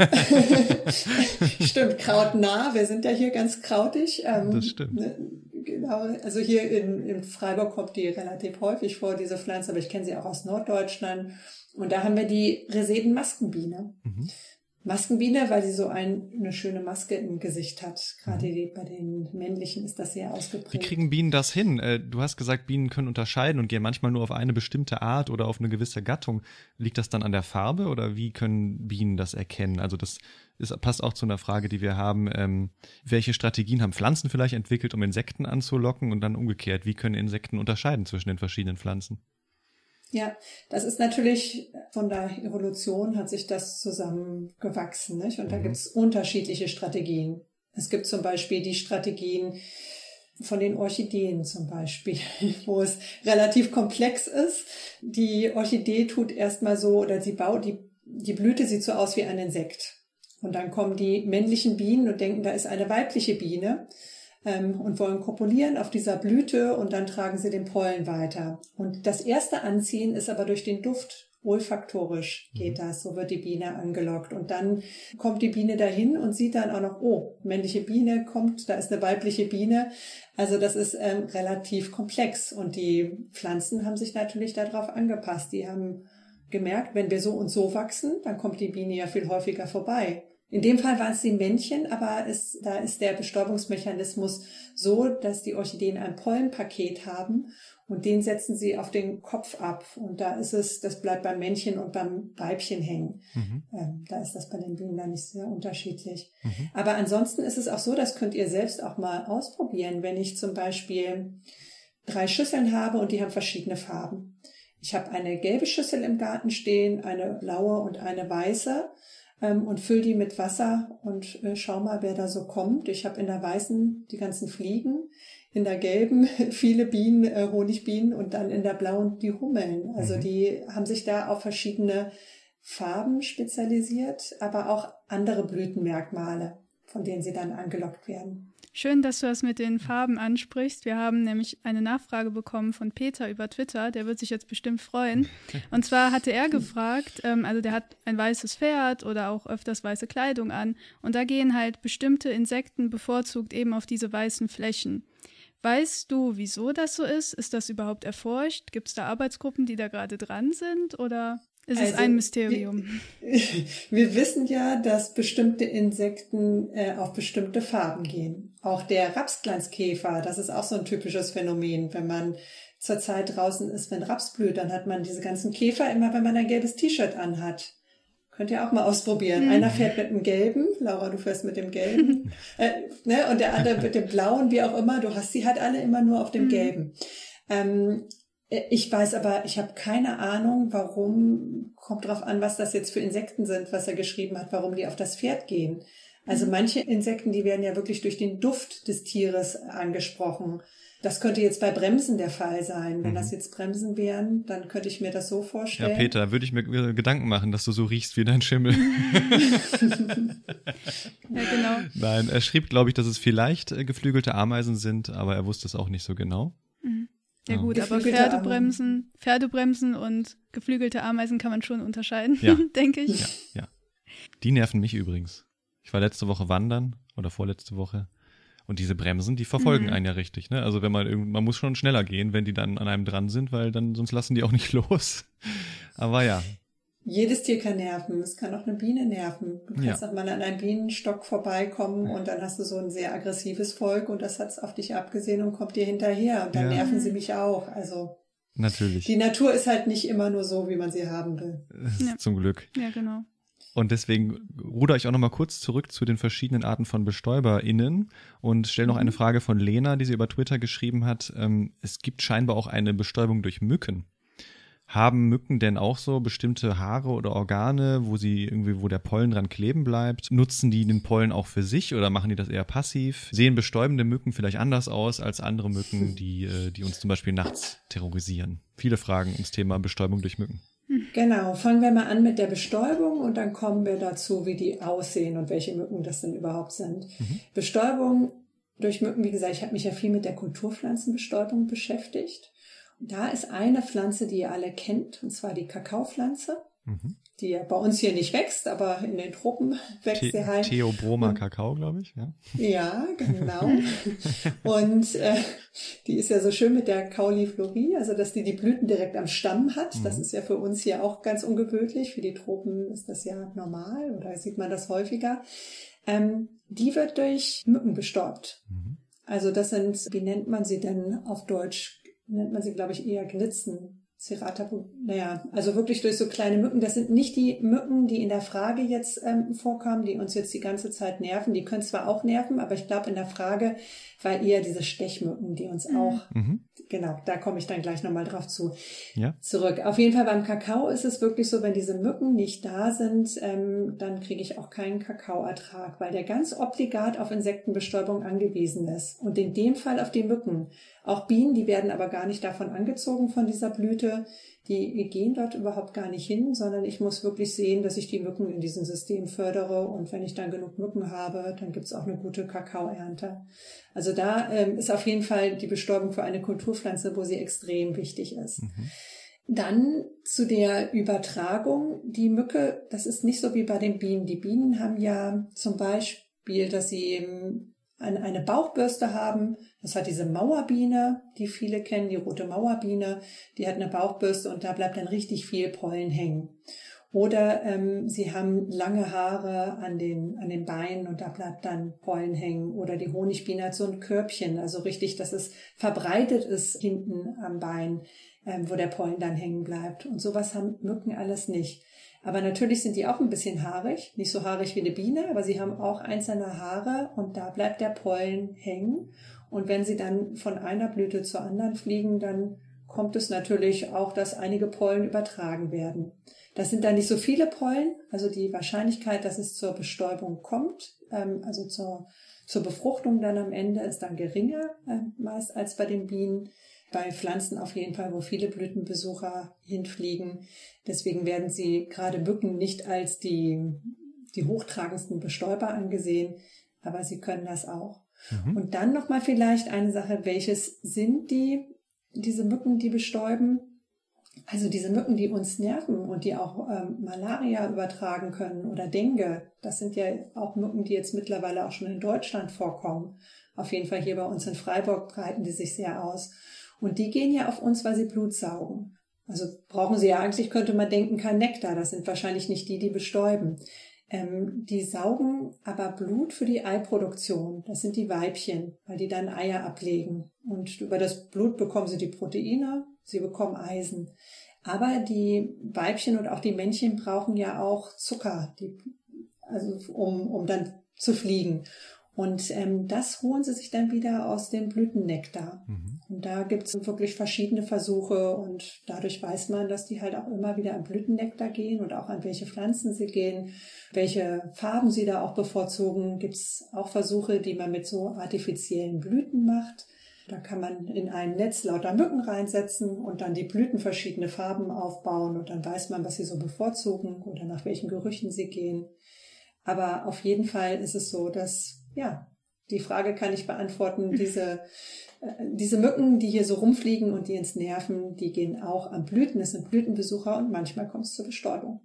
Stimmt, krautnah. Wir sind ja hier ganz krautig. Ähm, das stimmt. Ne, genau. Also hier in, in Freiburg kommt die relativ häufig vor, diese Pflanze, aber ich kenne sie auch aus Norddeutschland. Und da haben wir die Reseden-Maskenbiene. Mhm. Maskenbiene, weil sie so ein, eine schöne Maske im Gesicht hat. Gerade die, bei den männlichen ist das sehr ausgeprägt. Wie kriegen Bienen das hin? Du hast gesagt, Bienen können unterscheiden und gehen manchmal nur auf eine bestimmte Art oder auf eine gewisse Gattung. Liegt das dann an der Farbe oder wie können Bienen das erkennen? Also das ist, passt auch zu einer Frage, die wir haben. Ähm, welche Strategien haben Pflanzen vielleicht entwickelt, um Insekten anzulocken und dann umgekehrt? Wie können Insekten unterscheiden zwischen den verschiedenen Pflanzen? Ja, das ist natürlich, von der Evolution hat sich das zusammengewachsen, nicht? Und da mhm. gibt's unterschiedliche Strategien. Es gibt zum Beispiel die Strategien von den Orchideen zum Beispiel, wo es relativ komplex ist. Die Orchidee tut erstmal so, oder sie baut, die, die Blüte sieht so aus wie ein Insekt. Und dann kommen die männlichen Bienen und denken, da ist eine weibliche Biene. Und wollen kopulieren auf dieser Blüte und dann tragen sie den Pollen weiter. Und das erste Anziehen ist aber durch den Duft. Olfaktorisch geht das, so wird die Biene angelockt. Und dann kommt die Biene dahin und sieht dann auch noch, oh, männliche Biene kommt, da ist eine weibliche Biene. Also das ist ähm, relativ komplex. Und die Pflanzen haben sich natürlich darauf angepasst. Die haben gemerkt, wenn wir so und so wachsen, dann kommt die Biene ja viel häufiger vorbei. In dem Fall waren es die Männchen, aber es, da ist der Bestäubungsmechanismus so, dass die Orchideen ein Pollenpaket haben und den setzen sie auf den Kopf ab. Und da ist es, das bleibt beim Männchen und beim Weibchen hängen. Mhm. Ähm, da ist das bei den Bienen dann nicht sehr unterschiedlich. Mhm. Aber ansonsten ist es auch so, das könnt ihr selbst auch mal ausprobieren, wenn ich zum Beispiel drei Schüsseln habe und die haben verschiedene Farben. Ich habe eine gelbe Schüssel im Garten stehen, eine blaue und eine weiße ähm, und fülle die mit Wasser und äh, schau mal, wer da so kommt. Ich habe in der weißen die ganzen Fliegen, in der gelben viele Bienen, äh, Honigbienen und dann in der blauen die Hummeln. Also mhm. die haben sich da auf verschiedene Farben spezialisiert, aber auch andere Blütenmerkmale, von denen sie dann angelockt werden. Schön, dass du das mit den Farben ansprichst. Wir haben nämlich eine Nachfrage bekommen von Peter über Twitter. Der wird sich jetzt bestimmt freuen. Und zwar hatte er gefragt, ähm, also der hat ein weißes Pferd oder auch öfters weiße Kleidung an. Und da gehen halt bestimmte Insekten bevorzugt eben auf diese weißen Flächen. Weißt du, wieso das so ist? Ist das überhaupt erforscht? Gibt es da Arbeitsgruppen, die da gerade dran sind? Oder ist also, es ein Mysterium? Wir, wir wissen ja, dass bestimmte Insekten äh, auf bestimmte Farben gehen. Auch der Rapsglanzkäfer, das ist auch so ein typisches Phänomen. Wenn man zur Zeit draußen ist, wenn Raps blüht, dann hat man diese ganzen Käfer immer, wenn man ein gelbes T-Shirt anhat. Könnt ihr auch mal ausprobieren. Mhm. Einer fährt mit dem Gelben, Laura, du fährst mit dem Gelben, äh, ne, und der andere mit dem Blauen, wie auch immer. Du hast sie halt alle immer nur auf dem mhm. Gelben. Ähm, ich weiß aber, ich habe keine Ahnung, warum, kommt drauf an, was das jetzt für Insekten sind, was er geschrieben hat, warum die auf das Pferd gehen. Also mhm. manche Insekten, die werden ja wirklich durch den Duft des Tieres angesprochen. Das könnte jetzt bei Bremsen der Fall sein. Wenn mhm. das jetzt Bremsen wären, dann könnte ich mir das so vorstellen. Ja, Peter, würde ich mir Gedanken machen, dass du so riechst wie dein Schimmel. Ja, genau. Nein, er schrieb, glaube ich, dass es vielleicht geflügelte Ameisen sind, aber er wusste es auch nicht so genau. Mhm. Ja gut, aber Pferdebremsen, Pferdebremsen und geflügelte Ameisen kann man schon unterscheiden, ja. denke ich. Ja, ja. Die nerven mich übrigens. Ich war letzte Woche wandern oder vorletzte Woche und diese Bremsen, die verfolgen mhm. einen ja richtig. Ne? Also wenn man irgend, man muss schon schneller gehen, wenn die dann an einem dran sind, weil dann sonst lassen die auch nicht los. Aber ja. Jedes Tier kann nerven. Es kann auch eine Biene nerven. Du kannst ja. auch mal an einem Bienenstock vorbeikommen und dann hast du so ein sehr aggressives Volk und das hat's auf dich abgesehen und kommt dir hinterher und dann ja. nerven sie mich auch. Also natürlich. Die Natur ist halt nicht immer nur so, wie man sie haben will. Ja. Zum Glück. Ja, genau. Und deswegen ruder ich auch noch mal kurz zurück zu den verschiedenen Arten von BestäuberInnen und stelle noch eine Frage von Lena, die sie über Twitter geschrieben hat. Ähm, es gibt scheinbar auch eine Bestäubung durch Mücken. Haben Mücken denn auch so bestimmte Haare oder Organe, wo sie irgendwie, wo der Pollen dran kleben bleibt? Nutzen die den Pollen auch für sich oder machen die das eher passiv? Sehen bestäubende Mücken vielleicht anders aus als andere Mücken, die, die uns zum Beispiel nachts terrorisieren? Viele Fragen ums Thema Bestäubung durch Mücken. Genau, fangen wir mal an mit der Bestäubung und dann kommen wir dazu, wie die aussehen und welche Mücken das denn überhaupt sind. Mhm. Bestäubung durch Mücken, wie gesagt, ich habe mich ja viel mit der Kulturpflanzenbestäubung beschäftigt. Da ist eine Pflanze, die ihr alle kennt, und zwar die Kakaopflanze, mhm. die ja bei uns hier nicht wächst, aber in den Tropen wächst The- sie halt. Theobroma Kakao, glaube ich. Ja, ja genau. Und äh, die ist ja so schön mit der Cauliflorie, also dass die die Blüten direkt am Stamm hat. Mhm. Das ist ja für uns hier auch ganz ungewöhnlich. Für die Tropen ist das ja normal oder sieht man das häufiger. Ähm, die wird durch Mücken bestäubt. Mhm. Also das sind, wie nennt man sie denn auf Deutsch? Nennt man sie, glaube ich, eher Glitzen. Cerata, naja, also wirklich durch so kleine Mücken. Das sind nicht die Mücken, die in der Frage jetzt ähm, vorkamen, die uns jetzt die ganze Zeit nerven. Die können zwar auch nerven, aber ich glaube, in der Frage war eher diese Stechmücken, die uns auch, mhm. genau, da komme ich dann gleich nochmal drauf zu, ja. zurück. Auf jeden Fall beim Kakao ist es wirklich so, wenn diese Mücken nicht da sind, ähm, dann kriege ich auch keinen Kakaoertrag, weil der ganz obligat auf Insektenbestäubung angewiesen ist. Und in dem Fall auf die Mücken. Auch Bienen, die werden aber gar nicht davon angezogen von dieser Blüte. Die gehen dort überhaupt gar nicht hin, sondern ich muss wirklich sehen, dass ich die Mücken in diesem System fördere. Und wenn ich dann genug Mücken habe, dann gibt es auch eine gute Kakaoernte. Also da ähm, ist auf jeden Fall die Bestäubung für eine Kulturpflanze, wo sie extrem wichtig ist. Mhm. Dann zu der Übertragung. Die Mücke, das ist nicht so wie bei den Bienen. Die Bienen haben ja zum Beispiel, dass sie eben eine Bauchbürste haben. Das hat diese Mauerbiene, die viele kennen, die rote Mauerbiene. Die hat eine Bauchbürste und da bleibt dann richtig viel Pollen hängen. Oder ähm, sie haben lange Haare an den an den Beinen und da bleibt dann Pollen hängen. Oder die Honigbiene hat so ein Körbchen, also richtig, dass es verbreitet ist hinten am Bein, ähm, wo der Pollen dann hängen bleibt. Und sowas haben Mücken alles nicht. Aber natürlich sind die auch ein bisschen haarig, nicht so haarig wie eine Biene, aber sie haben auch einzelne Haare und da bleibt der Pollen hängen. Und wenn sie dann von einer Blüte zur anderen fliegen, dann kommt es natürlich auch, dass einige Pollen übertragen werden. Das sind dann nicht so viele Pollen, also die Wahrscheinlichkeit, dass es zur Bestäubung kommt, ähm, also zur, zur Befruchtung dann am Ende, ist dann geringer äh, meist als bei den Bienen. Bei Pflanzen auf jeden Fall, wo viele Blütenbesucher hinfliegen. Deswegen werden sie gerade Mücken nicht als die, die hochtragendsten Bestäuber angesehen, aber sie können das auch. Mhm. Und dann nochmal vielleicht eine Sache, welches sind die, diese Mücken, die bestäuben? Also diese Mücken, die uns nerven und die auch ähm, Malaria übertragen können oder Dengue, das sind ja auch Mücken, die jetzt mittlerweile auch schon in Deutschland vorkommen. Auf jeden Fall hier bei uns in Freiburg breiten die sich sehr aus. Und die gehen ja auf uns, weil sie Blut saugen. Also brauchen sie ja eigentlich, könnte man denken, kein Nektar. Das sind wahrscheinlich nicht die, die bestäuben. Ähm, die saugen aber Blut für die Eiproduktion. Das sind die Weibchen, weil die dann Eier ablegen. Und über das Blut bekommen sie die Proteine, sie bekommen Eisen. Aber die Weibchen und auch die Männchen brauchen ja auch Zucker, die, also um, um dann zu fliegen. Und ähm, das holen sie sich dann wieder aus dem Blütennektar. Mhm. Und da gibt es wirklich verschiedene Versuche und dadurch weiß man, dass die halt auch immer wieder an Blütennektar gehen und auch an welche Pflanzen sie gehen, welche Farben sie da auch bevorzugen. Gibt es auch Versuche, die man mit so artifiziellen Blüten macht. Da kann man in ein Netz lauter Mücken reinsetzen und dann die Blüten verschiedene Farben aufbauen und dann weiß man, was sie so bevorzugen oder nach welchen Gerüchen sie gehen. Aber auf jeden Fall ist es so, dass ja, die Frage kann ich beantworten. Diese, äh, diese Mücken, die hier so rumfliegen und die uns nerven, die gehen auch an Blüten. Das sind Blütenbesucher und manchmal kommt es zur Bestäubung.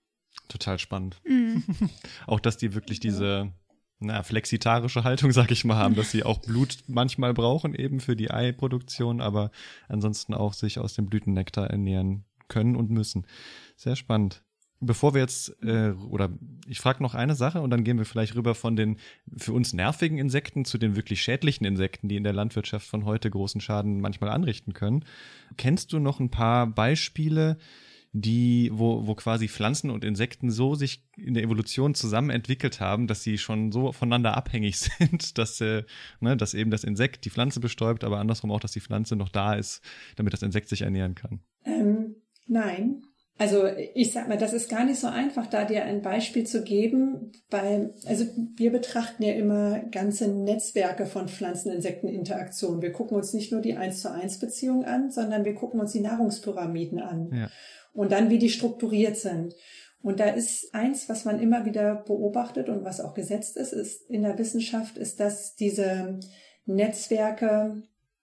Total spannend. Mhm. Auch, dass die wirklich diese na, flexitarische Haltung, sag ich mal, haben, dass sie auch Blut manchmal brauchen eben für die Eiproduktion, aber ansonsten auch sich aus dem Blütennektar ernähren können und müssen. Sehr spannend. Bevor wir jetzt, äh, oder ich frage noch eine Sache und dann gehen wir vielleicht rüber von den für uns nervigen Insekten zu den wirklich schädlichen Insekten, die in der Landwirtschaft von heute großen Schaden manchmal anrichten können. Kennst du noch ein paar Beispiele, die, wo, wo quasi Pflanzen und Insekten so sich in der Evolution zusammen entwickelt haben, dass sie schon so voneinander abhängig sind, dass, äh, ne, dass eben das Insekt die Pflanze bestäubt, aber andersrum auch, dass die Pflanze noch da ist, damit das Insekt sich ernähren kann? Ähm, nein. Also ich sag mal, das ist gar nicht so einfach, da dir ein Beispiel zu geben, weil, also wir betrachten ja immer ganze Netzwerke von Pflanzen-Insekten-Interaktionen. Wir gucken uns nicht nur die eins zu eins Beziehung an, sondern wir gucken uns die Nahrungspyramiden an. Ja. Und dann, wie die strukturiert sind. Und da ist eins, was man immer wieder beobachtet und was auch gesetzt ist, ist in der Wissenschaft, ist, dass diese Netzwerke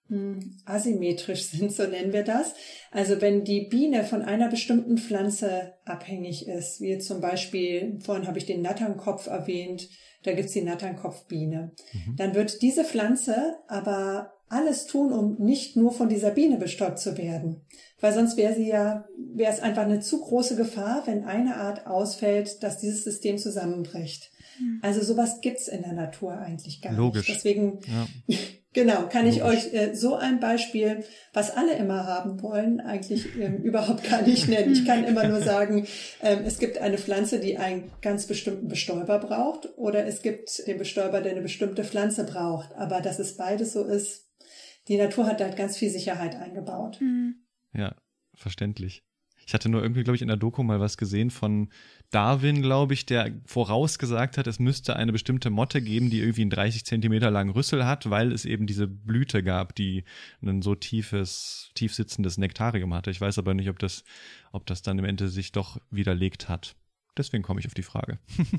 asymmetrisch sind, so nennen wir das. Also wenn die Biene von einer bestimmten Pflanze abhängig ist, wie zum Beispiel, vorhin habe ich den Natternkopf erwähnt, da gibt's die Natternkopfbiene, mhm. dann wird diese Pflanze aber alles tun, um nicht nur von dieser Biene bestäubt zu werden. Weil sonst wäre sie ja, wäre es einfach eine zu große Gefahr, wenn eine Art ausfällt, dass dieses System zusammenbricht. Mhm. Also sowas gibt's in der Natur eigentlich gar Logisch. nicht. Deswegen ja. Genau, kann ich euch äh, so ein Beispiel, was alle immer haben wollen, eigentlich ähm, überhaupt gar nicht nennen. Ich kann immer nur sagen, ähm, es gibt eine Pflanze, die einen ganz bestimmten Bestäuber braucht, oder es gibt den Bestäuber, der eine bestimmte Pflanze braucht. Aber dass es beides so ist, die Natur hat da halt ganz viel Sicherheit eingebaut. Ja, verständlich. Ich hatte nur irgendwie, glaube ich, in der Doku mal was gesehen von Darwin, glaube ich, der vorausgesagt hat, es müsste eine bestimmte Motte geben, die irgendwie einen dreißig Zentimeter langen Rüssel hat, weil es eben diese Blüte gab, die ein so tiefes, tief sitzendes Nektarium hatte. Ich weiß aber nicht, ob das, ob das dann im Ende sich doch widerlegt hat. Deswegen komme ich auf die Frage.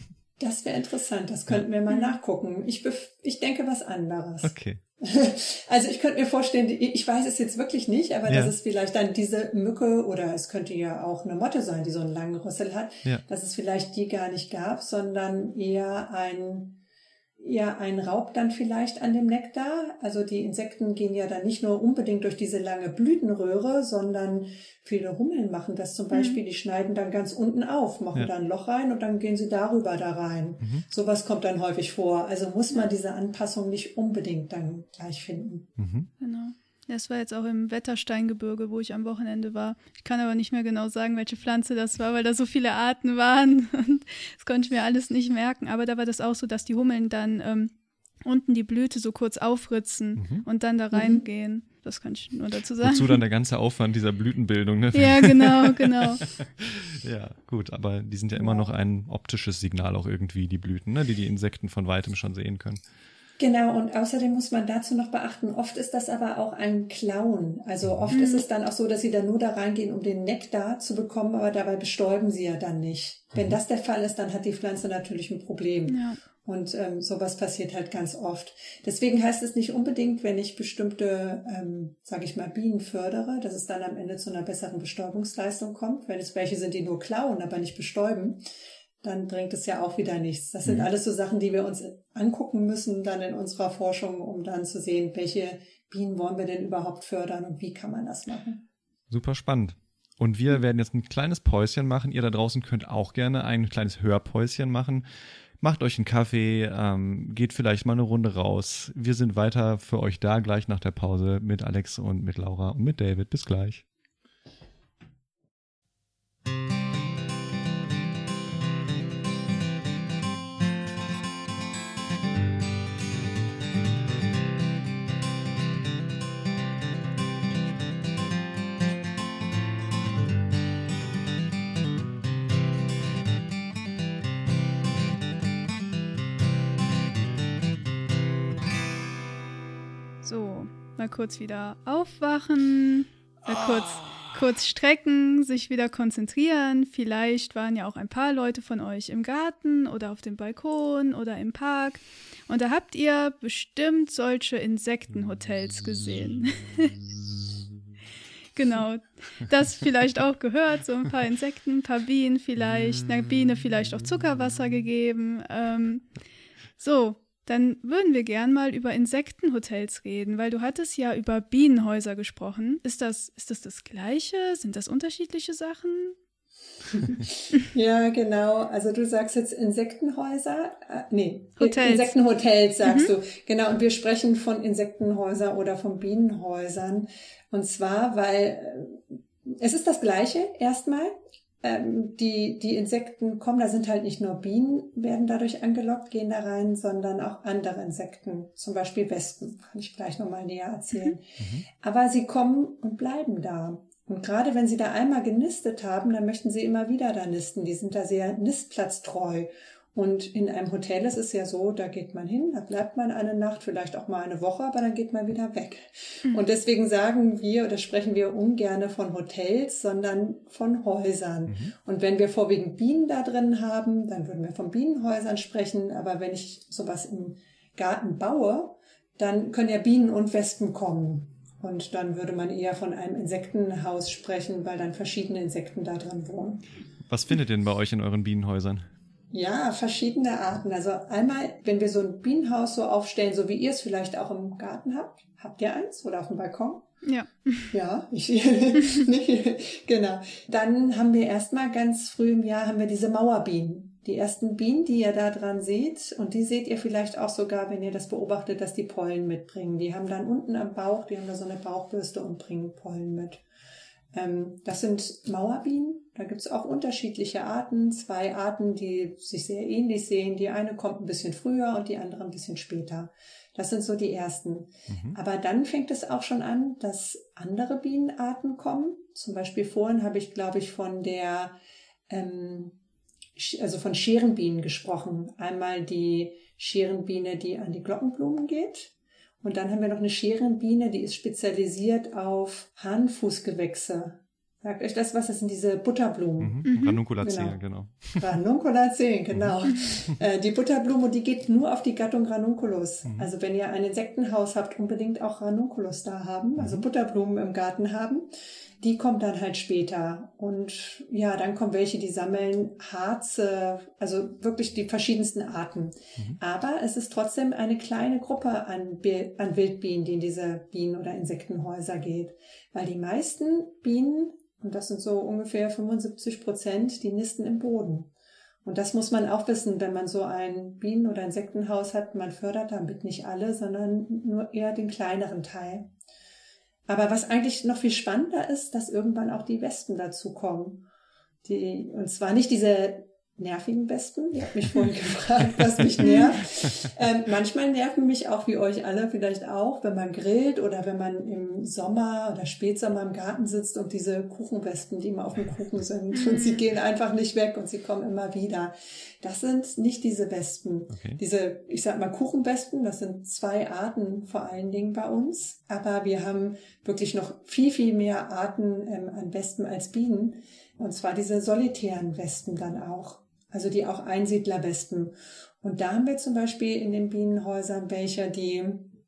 Das wäre interessant, das könnten wir mal nachgucken. Ich, bef- ich denke was anderes. Okay. Also ich könnte mir vorstellen, ich weiß es jetzt wirklich nicht, aber ja. dass es vielleicht dann diese Mücke, oder es könnte ja auch eine Motte sein, die so einen langen Rüssel hat, ja. dass es vielleicht die gar nicht gab, sondern eher ein, eher ein Raub dann vielleicht an dem Nektar. Also die Insekten gehen ja dann nicht nur unbedingt durch diese lange Blütenröhre, sondern viele Hummeln machen das zum Beispiel, mhm. die schneiden dann ganz unten auf, machen ja. da ein Loch rein und dann gehen sie darüber da rein. Mhm. Sowas kommt dann häufig vor. Also muss man diese Anpassung nicht unbedingt dann gleich finden. Mhm. Genau. Das war jetzt auch im Wettersteingebirge, wo ich am Wochenende war. Ich kann aber nicht mehr genau sagen, welche Pflanze das war, weil da so viele Arten waren und das konnte ich mir alles nicht merken. Aber da war das auch so, dass die Hummeln dann ähm, unten die Blüte so kurz aufritzen mhm. und dann da reingehen. Das kann ich nur dazu sagen. Wozu dann der ganze Aufwand dieser Blütenbildung, ne? Ja, genau, genau. Ja, gut, aber die sind ja immer noch ein optisches Signal auch irgendwie, die Blüten, ne? Die die Insekten von Weitem schon sehen können. Genau, und außerdem muss man dazu noch beachten, oft ist das aber auch ein Klauen. Also oft mhm. ist es dann auch so, dass sie dann nur da reingehen, um den Nektar zu bekommen, aber dabei bestäuben sie ja dann nicht. Mhm. Wenn das der Fall ist, dann hat die Pflanze natürlich ein Problem. Ja. Und ähm, sowas passiert halt ganz oft. Deswegen heißt es nicht unbedingt, wenn ich bestimmte, ähm, sage ich mal, Bienen fördere, dass es dann am Ende zu einer besseren Bestäubungsleistung kommt. Wenn es welche sind, die nur klauen, aber nicht bestäuben, dann bringt es ja auch wieder nichts. Das sind mhm. alles so Sachen, die wir uns angucken müssen dann in unserer Forschung, um dann zu sehen, welche Bienen wollen wir denn überhaupt fördern und wie kann man das machen. Super spannend. Und wir werden jetzt ein kleines Päuschen machen. Ihr da draußen könnt auch gerne ein kleines Hörpäuschen machen. Macht euch einen Kaffee, ähm, geht vielleicht mal eine Runde raus. Wir sind weiter für euch da, gleich nach der Pause mit Alex und mit Laura und mit David. Bis gleich. So, mal kurz wieder aufwachen, mal kurz, kurz strecken, sich wieder konzentrieren. Vielleicht waren ja auch ein paar Leute von euch im Garten oder auf dem Balkon oder im Park. Und da habt ihr bestimmt solche Insektenhotels gesehen. Genau, das vielleicht auch gehört, so ein paar Insekten, ein paar Bienen vielleicht, einer Biene vielleicht auch Zuckerwasser gegeben. Ähm, so. Dann würden wir gern mal über Insektenhotels reden, weil du hattest ja über Bienenhäuser gesprochen. Ist das, ist das das Gleiche? Sind das unterschiedliche Sachen? Ja, genau. Also du sagst jetzt Insektenhäuser, äh, nee, Hotels. Insektenhotels sagst mhm. du. Genau, und wir sprechen von Insektenhäusern oder von Bienenhäusern. Und zwar, weil äh, es ist das Gleiche erstmal. Die, die Insekten kommen, da sind halt nicht nur Bienen, werden dadurch angelockt, gehen da rein, sondern auch andere Insekten, zum Beispiel Wespen, kann ich gleich nochmal näher erzählen. Mhm. Aber sie kommen und bleiben da. Und gerade wenn sie da einmal genistet haben, dann möchten sie immer wieder da nisten. Die sind da sehr nistplatztreu. Und in einem Hotel ist es ja so, da geht man hin, da bleibt man eine Nacht, vielleicht auch mal eine Woche, aber dann geht man wieder weg. Mhm. Und deswegen sagen wir oder sprechen wir ungerne von Hotels, sondern von Häusern. Mhm. Und wenn wir vorwiegend Bienen da drin haben, dann würden wir von Bienenhäusern sprechen. Aber wenn ich sowas im Garten baue, dann können ja Bienen und Wespen kommen. Und dann würde man eher von einem Insektenhaus sprechen, weil dann verschiedene Insekten da drin wohnen. Was findet ihr denn bei euch in euren Bienenhäusern? Ja, verschiedene Arten. Also einmal, wenn wir so ein Bienenhaus so aufstellen, so wie ihr es vielleicht auch im Garten habt. Habt ihr eins oder auf dem Balkon? Ja. Ja, ich, genau. Dann haben wir erstmal ganz früh im Jahr haben wir diese Mauerbienen. Die ersten Bienen, die ihr da dran seht, und die seht ihr vielleicht auch sogar, wenn ihr das beobachtet, dass die Pollen mitbringen. Die haben dann unten am Bauch, die haben da so eine Bauchbürste und bringen Pollen mit. Das sind Mauerbienen. Da gibt es auch unterschiedliche Arten. Zwei Arten, die sich sehr ähnlich sehen. Die eine kommt ein bisschen früher und die andere ein bisschen später. Das sind so die ersten. Mhm. Aber dann fängt es auch schon an, dass andere Bienenarten kommen. Zum Beispiel vorhin habe ich, glaube ich, von der, ähm, also von Scherenbienen gesprochen. Einmal die Scherenbiene, die an die Glockenblumen geht. Und dann haben wir noch eine Scherenbiene, die ist spezialisiert auf Hahnenfußgewächse. Sagt euch das was? Das sind diese Butterblumen. Mhm. Ranunculacea, genau. genau. Ranunculacea, genau. äh, die Butterblume, die geht nur auf die Gattung Ranunculus. Mhm. Also wenn ihr ein Insektenhaus habt, unbedingt auch Ranunculus da haben, also Butterblumen im Garten haben. Die kommen dann halt später. Und ja, dann kommen welche, die sammeln Harze, also wirklich die verschiedensten Arten. Mhm. Aber es ist trotzdem eine kleine Gruppe an, an Wildbienen, die in diese Bienen- oder Insektenhäuser geht. Weil die meisten Bienen, und das sind so ungefähr fünfundsiebzig Prozent, die nisten im Boden. Und das muss man auch wissen, wenn man so ein Bienen- oder Insektenhaus hat. Man fördert damit nicht alle, sondern nur eher den kleineren Teil. Aber was eigentlich noch viel spannender ist, dass irgendwann auch die Wespen dazukommen. Die, und zwar nicht diese nervigen Wespen. Ihr habt mich vorhin gefragt, was mich nervt. Ähm, manchmal nerven mich auch, wie euch alle vielleicht auch, wenn man grillt oder wenn man im Sommer oder Spätsommer im Garten sitzt und diese Kuchenwespen, die immer auf dem Kuchen sind und sie gehen einfach nicht weg und sie kommen immer wieder. Das sind nicht diese Wespen. Okay. Diese, ich sag mal Kuchenwespen, das sind zwei Arten vor allen Dingen bei uns. Aber wir haben wirklich noch viel, viel mehr Arten ähm, an Wespen als Bienen. Und zwar diese solitären Wespen dann auch. Also die auch Einsiedlerwespen. Und da haben wir zum Beispiel in den Bienenhäusern welche, die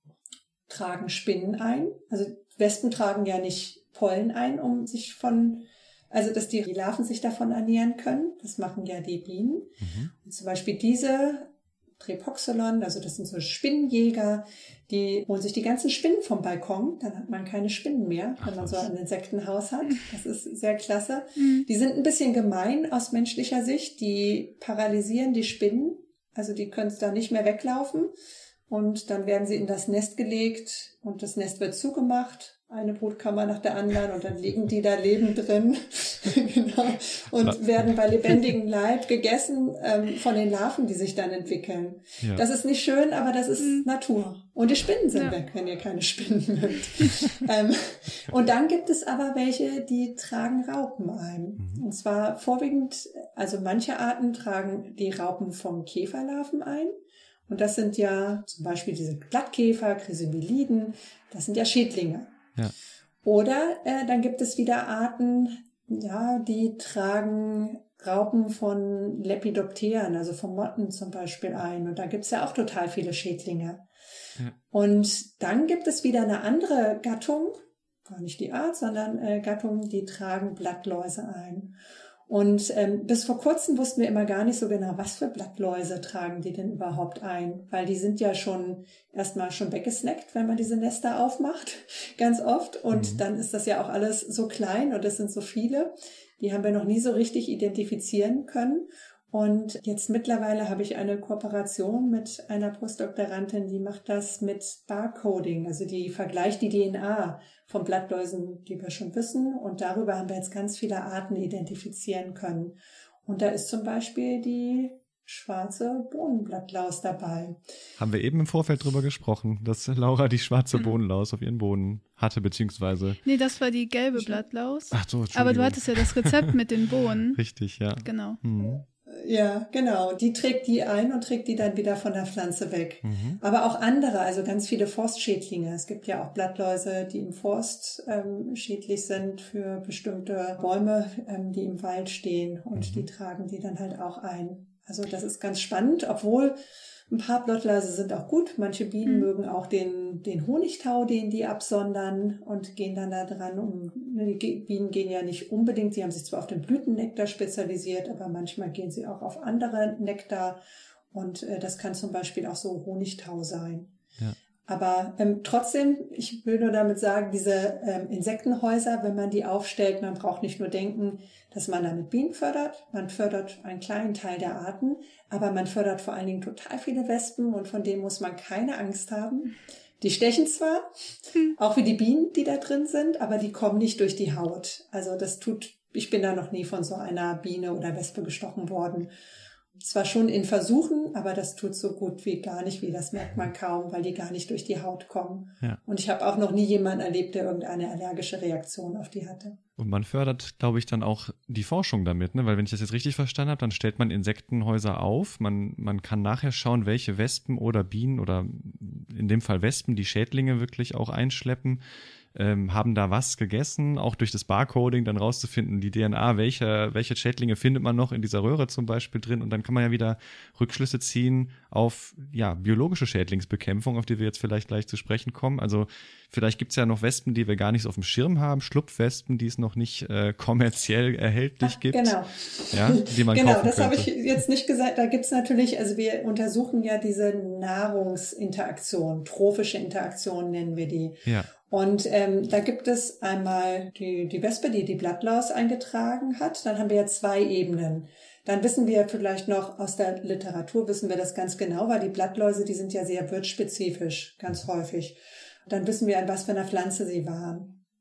tragen Spinnen ein. Also Wespen tragen ja nicht Pollen ein, um sich von, also dass die Larven sich davon ernähren können. Das machen ja die Bienen. Mhm. Und zum Beispiel diese Trepoxylon, also das sind so Spinnenjäger, die holen sich die ganzen Spinnen vom Balkon, dann hat man keine Spinnen mehr, wenn man so ein Insektenhaus hat. Das ist sehr klasse. Mhm. Die sind ein bisschen gemein aus menschlicher Sicht, die paralysieren die Spinnen, also die können da nicht mehr weglaufen und dann werden sie in das Nest gelegt und das Nest wird zugemacht, eine Brutkammer nach der anderen und dann liegen die da lebend drin genau. und werden bei lebendigem Leib gegessen ähm, von den Larven, die sich dann entwickeln. Ja. Das ist nicht schön, aber das ist mhm. Natur. Und die Spinnen sind ja. weg, wenn ihr keine Spinnen mögt. ähm, und dann gibt es aber welche, die tragen Raupen ein. Mhm. Und zwar vorwiegend, also manche Arten tragen die Raupen von Käferlarven ein. Und das sind ja zum Beispiel diese Blattkäfer, Chrysomeliden, das sind ja Schädlinge. Ja. Oder äh, dann gibt es wieder Arten, ja, die tragen Raupen von Lepidopteren, also von Motten zum Beispiel ein. Und da gibt's ja auch total viele Schädlinge. Ja. Und dann gibt es wieder eine andere Gattung, gar nicht die Art, sondern äh, Gattung, die tragen Blattläuse ein. Und ähm, bis vor kurzem wussten wir immer gar nicht so genau, was für Blattläuse tragen die denn überhaupt ein, weil die sind ja schon erstmal schon weggesnackt, wenn man diese Nester aufmacht, ganz oft. Und mhm. dann ist das ja auch alles so klein und es sind so viele, die haben wir noch nie so richtig identifizieren können. Und jetzt mittlerweile habe ich eine Kooperation mit einer Postdoktorandin, die macht das mit Barcoding, also die vergleicht die D N A von Blattläusen, die wir schon wissen. Und darüber haben wir jetzt ganz viele Arten identifizieren können. Und da ist zum Beispiel die schwarze Bohnenblattlaus dabei. Haben wir eben im Vorfeld drüber gesprochen, dass Laura die schwarze Bohnenlaus auf ihren Bohnen hatte, beziehungsweise... Nee, das war die gelbe Blattlaus. Ach so, aber du hattest ja das Rezept mit den Bohnen. Richtig, ja. Genau. Mhm. Ja, genau. Die trägt die ein und trägt die dann wieder von der Pflanze weg. Mhm. Aber auch andere, also ganz viele Forstschädlinge. Es gibt ja auch Blattläuse, die im Forst ähm, schädlich sind für bestimmte Bäume, ähm, die im Wald stehen. Und mhm. die tragen die dann halt auch ein. Also das ist ganz spannend, obwohl ein paar Blattläuse sind auch gut. Manche Bienen mhm. mögen auch den, den Honigtau, den die absondern und gehen dann da dran. Um, die Bienen gehen ja nicht unbedingt, die haben sich zwar auf den Blütennektar spezialisiert, aber manchmal gehen sie auch auf andere Nektar. Und äh, das kann zum Beispiel auch so Honigtau sein. Ja. Aber ähm, trotzdem, ich will nur damit sagen, diese ähm, Insektenhäuser, wenn man die aufstellt, man braucht nicht nur denken, dass man damit Bienen fördert. Man fördert einen kleinen Teil der Arten, aber man fördert vor allen Dingen total viele Wespen und von denen muss man keine Angst haben. Die stechen zwar, hm. auch wie die Bienen, die da drin sind, aber die kommen nicht durch die Haut. Also das tut, ich bin da noch nie von so einer Biene oder Wespe gestochen worden. Zwar schon in Versuchen, aber das tut so gut wie gar nicht weh. Das merkt man kaum, weil die gar nicht durch die Haut kommen. Ja. Und ich habe auch noch nie jemanden erlebt, der irgendeine allergische Reaktion auf die hatte. Und man fördert, glaube ich, dann auch die Forschung damit, ne? Weil wenn ich das jetzt richtig verstanden habe, dann stellt man Insektenhäuser auf. Man, man kann nachher schauen, welche Wespen oder Bienen oder in dem Fall Wespen die Schädlinge wirklich auch einschleppen. Ähm, haben da was gegessen, auch durch das Barcoding dann rauszufinden, die D N A, welche, welche Schädlinge findet man noch in dieser Röhre zum Beispiel drin und dann kann man ja wieder Rückschlüsse ziehen auf ja biologische Schädlingsbekämpfung, auf die wir jetzt vielleicht gleich zu sprechen kommen. Also vielleicht gibt's ja noch Wespen, die wir gar nicht so auf dem Schirm haben, Schlupfwespen, die es noch nicht äh, kommerziell erhältlich Ach, gibt. Genau, ja, die man genau, kaufen das habe könnte. ich jetzt nicht gesagt. Da gibt's natürlich, also wir untersuchen ja diese Nahrungsinteraktion, trophische Interaktion nennen wir die. Ja. Und ähm, da gibt es einmal die, die Wespe, die die Blattlaus eingetragen hat. Dann haben wir ja zwei Ebenen. Dann wissen wir vielleicht noch, aus der Literatur wissen wir das ganz genau, weil die Blattläuse, die sind ja sehr wirtsspezifisch, ganz häufig. Dann wissen wir, an was für einer Pflanze sie waren.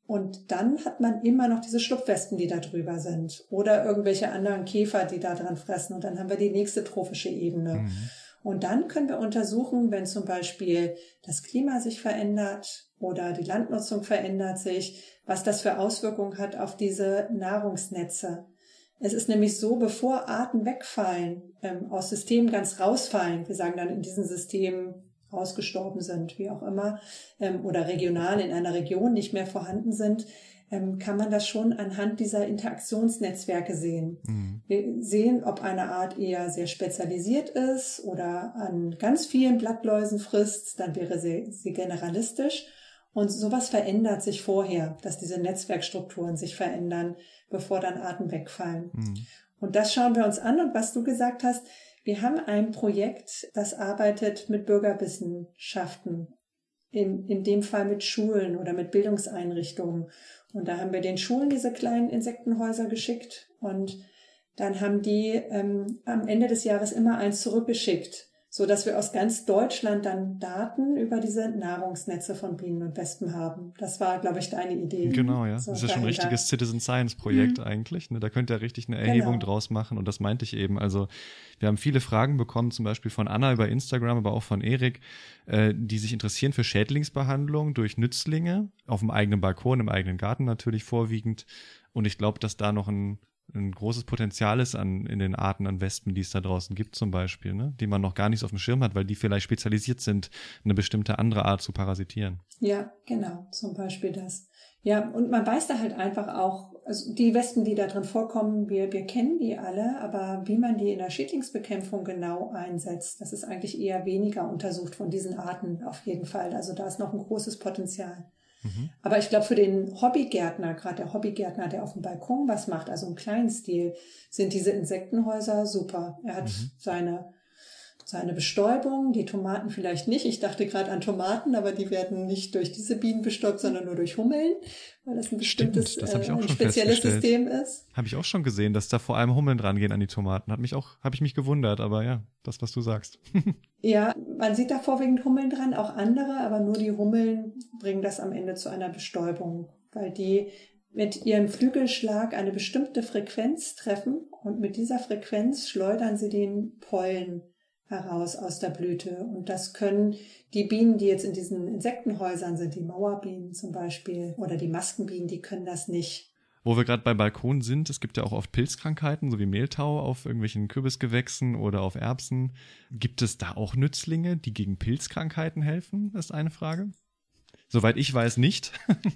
Und dann hat man immer noch diese Schlupfwespen, die da drüber sind. Oder irgendwelche anderen Käfer, die da dran fressen. Und dann haben wir die nächste trophische Ebene. Mhm. Und dann können wir untersuchen, wenn zum Beispiel das Klima sich verändert oder die Landnutzung verändert sich, was das für Auswirkungen hat auf diese Nahrungsnetze. Es ist nämlich so, bevor Arten wegfallen, ähm, aus Systemen ganz rausfallen, wir sagen dann in diesen Systemen ausgestorben sind, wie auch immer, ähm, oder regional in einer Region nicht mehr vorhanden sind, ähm, kann man das schon anhand dieser Interaktionsnetzwerke sehen. Mhm. Wir sehen, ob eine Art eher sehr spezialisiert ist oder an ganz vielen Blattläusen frisst, dann wäre sie, sie generalistisch. Und sowas verändert sich vorher, dass diese Netzwerkstrukturen sich verändern, bevor dann Arten wegfallen. Mhm. Und das schauen wir uns an. Und was du gesagt hast, wir haben ein Projekt, das arbeitet mit Bürgerwissenschaften, in, in dem Fall mit Schulen oder mit Bildungseinrichtungen. Und da haben wir den Schulen diese kleinen Insektenhäuser geschickt und dann haben die ähm, am Ende des Jahres immer eins zurückgeschickt, so dass wir aus ganz Deutschland dann Daten über diese Nahrungsnetze von Bienen und Wespen haben. Das war, glaube ich, deine Idee. Genau, ja. So, das ist ja schon ein richtiges Citizen Science Projekt mhm. eigentlich. Ne? Da könnt ihr richtig eine Erhebung genau. draus machen und das meinte ich eben. Also wir haben viele Fragen bekommen, zum Beispiel von Anna über Instagram, aber auch von Erik, äh, die sich interessieren für Schädlingsbehandlung durch Nützlinge, auf dem eigenen Balkon, im eigenen Garten natürlich vorwiegend. Und ich glaube, dass da noch ein ein großes Potenzial ist an in den Arten an Wespen, die es da draußen gibt zum Beispiel, ne? Die man noch gar nicht so auf dem Schirm hat, weil die vielleicht spezialisiert sind, eine bestimmte andere Art zu parasitieren. Ja, genau, zum Beispiel das. Ja, und man weiß da halt einfach auch, also die Wespen, die da drin vorkommen, wir, wir kennen die alle, aber wie man die in der Schädlingsbekämpfung genau einsetzt, das ist eigentlich eher weniger untersucht von diesen Arten auf jeden Fall. Also da ist noch ein großes Potenzial. Mhm. Aber ich glaube, für den Hobbygärtner, gerade der Hobbygärtner, der auf dem Balkon was macht, also im kleinen Stil, sind diese Insektenhäuser super. Er hat mhm. seine, seine Bestäubung, die Tomaten vielleicht nicht. Ich dachte gerade an Tomaten, aber die werden nicht durch diese Bienen bestäubt, sondern nur durch Hummeln, weil das ein bestimmtes, Stimmt, das hab ich auch äh, ein schon spezielles System ist. Habe ich auch schon gesehen, dass da vor allem Hummeln dran gehen an die Tomaten. Hat mich auch, habe ich mich gewundert, aber ja, das, was du sagst. Ja, man sieht da vorwiegend Hummeln dran, auch andere, aber nur die Hummeln bringen das am Ende zu einer Bestäubung, weil die mit ihrem Flügelschlag eine bestimmte Frequenz treffen und mit dieser Frequenz schleudern sie den Pollen heraus aus der Blüte. Und das können die Bienen, die jetzt in diesen Insektenhäusern sind, die Mauerbienen zum Beispiel oder die Maskenbienen, die können das nicht. Wo wir gerade bei Balkon sind, es gibt ja auch oft Pilzkrankheiten, so wie Mehltau auf irgendwelchen Kürbisgewächsen oder auf Erbsen. Gibt es da auch Nützlinge, die gegen Pilzkrankheiten helfen? Das ist eine Frage. Soweit ich weiß, nicht.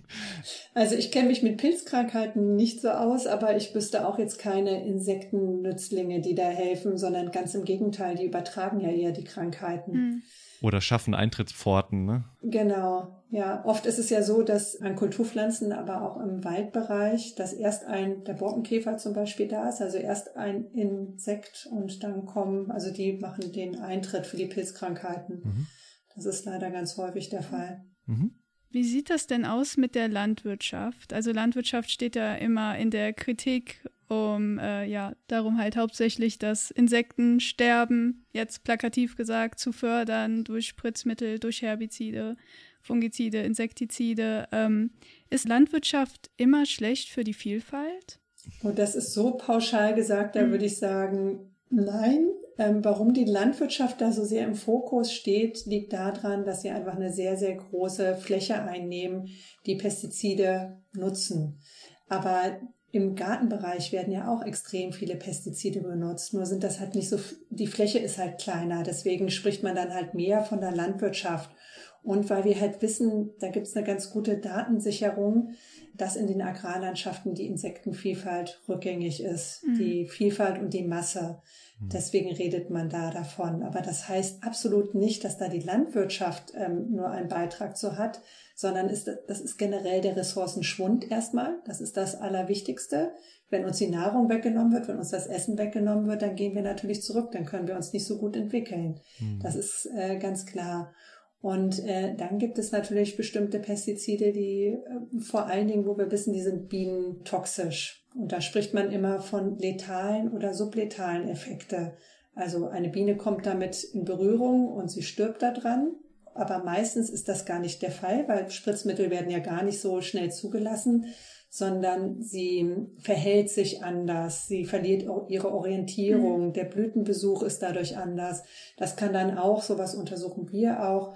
Also ich kenne mich mit Pilzkrankheiten nicht so aus, aber ich wüsste auch jetzt keine Insektennützlinge, die da helfen, sondern ganz im Gegenteil, die übertragen ja eher die Krankheiten. Hm. Oder schaffen Eintrittspforten, ne? Genau, ja. Oft ist es ja so, dass an Kulturpflanzen, aber auch im Waldbereich, dass erst ein, der Borkenkäfer zum Beispiel da ist, also erst ein Insekt und dann kommen, also die machen den Eintritt für die Pilzkrankheiten. Mhm. Das ist leider ganz häufig der Fall. Mhm. Wie sieht das denn aus mit der Landwirtschaft? Also Landwirtschaft steht ja immer in der Kritik um, äh, ja, darum halt hauptsächlich das Insektensterben, jetzt plakativ gesagt, zu fördern durch Spritzmittel, durch Herbizide, Fungizide, Insektizide. Ähm, ist Landwirtschaft immer schlecht für die Vielfalt? Und das ist so pauschal gesagt, da mhm. würde ich sagen, nein. Ähm, warum die Landwirtschaft da so sehr im Fokus steht, liegt daran, dass sie einfach eine sehr, sehr große Fläche einnehmen, die Pestizide nutzen. Aber im Gartenbereich werden ja auch extrem viele Pestizide benutzt, nur sind das halt nicht so, die Fläche ist halt kleiner, deswegen spricht man dann halt mehr von der Landwirtschaft. Und weil wir halt wissen, da gibt es eine ganz gute Datensicherung, dass in den Agrarlandschaften die Insektenvielfalt rückgängig ist, mhm. die Vielfalt und die Masse. Deswegen redet man da davon. Aber das heißt absolut nicht, dass da die Landwirtschaft ähm, nur einen Beitrag zu hat, sondern ist, das ist generell der Ressourcenschwund erstmal. Das ist das Allerwichtigste. Wenn uns die Nahrung weggenommen wird, wenn uns das Essen weggenommen wird, dann gehen wir natürlich zurück. Dann können wir uns nicht so gut entwickeln. Mhm. Das ist äh, ganz klar. Und äh, dann gibt es natürlich bestimmte Pestizide, die äh, vor allen Dingen, wo wir wissen, die sind bienentoxisch. Und da spricht man immer von letalen oder subletalen Effekte. Also eine Biene kommt damit in Berührung und sie stirbt da dran. aber meistens ist das gar nicht der Fall, weil Spritzmittel werden ja gar nicht so schnell zugelassen, sondern sie verhält sich anders, sie verliert ihre Orientierung, mhm. der Blütenbesuch ist dadurch anders. Das kann dann auch, sowas untersuchen wir auch,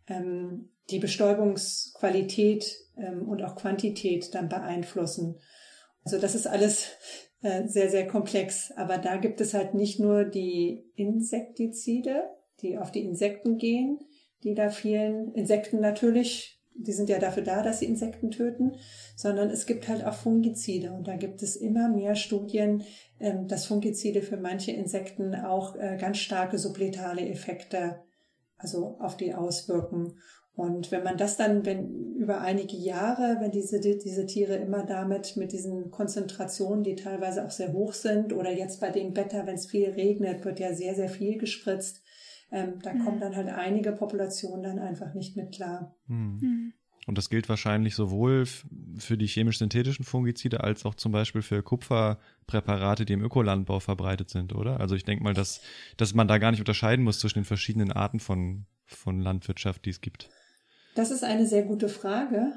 ähm, die Bestäubungsqualität ähm, und auch Quantität dann beeinflussen. Also das ist alles äh, sehr, sehr komplex. Aber da gibt es halt nicht nur die Insektizide, die auf die Insekten gehen, die da vielen Insekten natürlich, die sind ja dafür da, dass sie Insekten töten, sondern es gibt halt auch Fungizide. Und da gibt es immer mehr Studien, ähm, dass Fungizide für manche Insekten auch äh, ganz starke subletale Effekte also auf die auswirken. Und wenn man das dann, wenn über einige Jahre, wenn diese, diese Tiere immer damit, mit diesen Konzentrationen, die teilweise auch sehr hoch sind, oder jetzt bei dem Wetter, wenn es viel regnet, wird ja sehr, sehr viel gespritzt, ähm, da mhm. kommen dann halt einige Populationen dann einfach nicht mit klar. Mhm. Mhm. Und das gilt wahrscheinlich sowohl für die chemisch-synthetischen Fungizide als auch zum Beispiel für Kupferpräparate, die im Ökolandbau verbreitet sind, oder? Also ich denke mal, dass, dass man da gar nicht unterscheiden muss zwischen den verschiedenen Arten von, von Landwirtschaft, die es gibt. Das ist eine sehr gute Frage.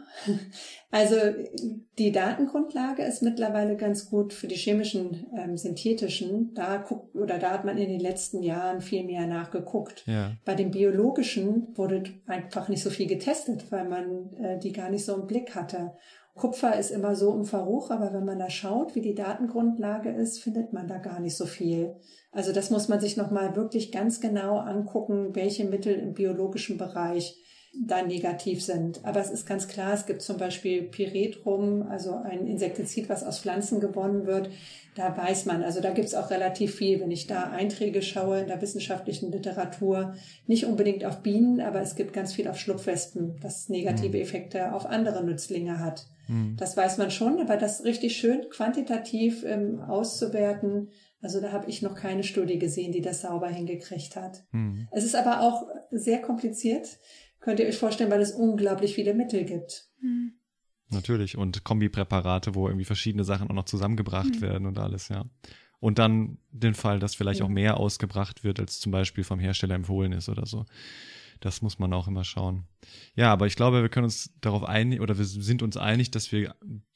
Also die Datengrundlage ist mittlerweile ganz gut für die chemischen, ähm, synthetischen. Da guckt, oder da hat man in den letzten Jahren viel mehr nachgeguckt. Ja. Bei den biologischen wurde einfach nicht so viel getestet, weil man äh, die gar nicht so im Blick hatte. Kupfer ist immer so im Verruch, aber wenn man da schaut, wie die Datengrundlage ist, findet man da gar nicht so viel. Also das muss man sich nochmal wirklich ganz genau angucken, welche Mittel im biologischen Bereich da negativ sind. Aber es ist ganz klar, es gibt zum Beispiel Pyretrum, also ein Insektizid, was aus Pflanzen gewonnen wird. Da weiß man, also da gibt es auch relativ viel, wenn ich da Einträge schaue in der wissenschaftlichen Literatur, nicht unbedingt auf Bienen, aber es gibt ganz viel auf Schlupfwespen, das negative Effekte auf andere Nützlinge hat. Mhm. Das weiß man schon, aber das richtig schön quantitativ ähm, auszuwerten, also da habe ich noch keine Studie gesehen, die das sauber hingekriegt hat. Mhm. Es ist aber auch sehr kompliziert, könnt ihr euch vorstellen, weil es unglaublich viele Mittel gibt. Mhm. Natürlich. Und Kombipräparate, wo irgendwie verschiedene Sachen auch noch zusammengebracht mhm. werden und alles, ja. Und dann den Fall, dass vielleicht mhm. auch mehr ausgebracht wird, als zum Beispiel vom Hersteller empfohlen ist oder so. Das muss man auch immer schauen. Ja, aber ich glaube, wir können uns darauf einigen, oder wir sind uns einig, dass wir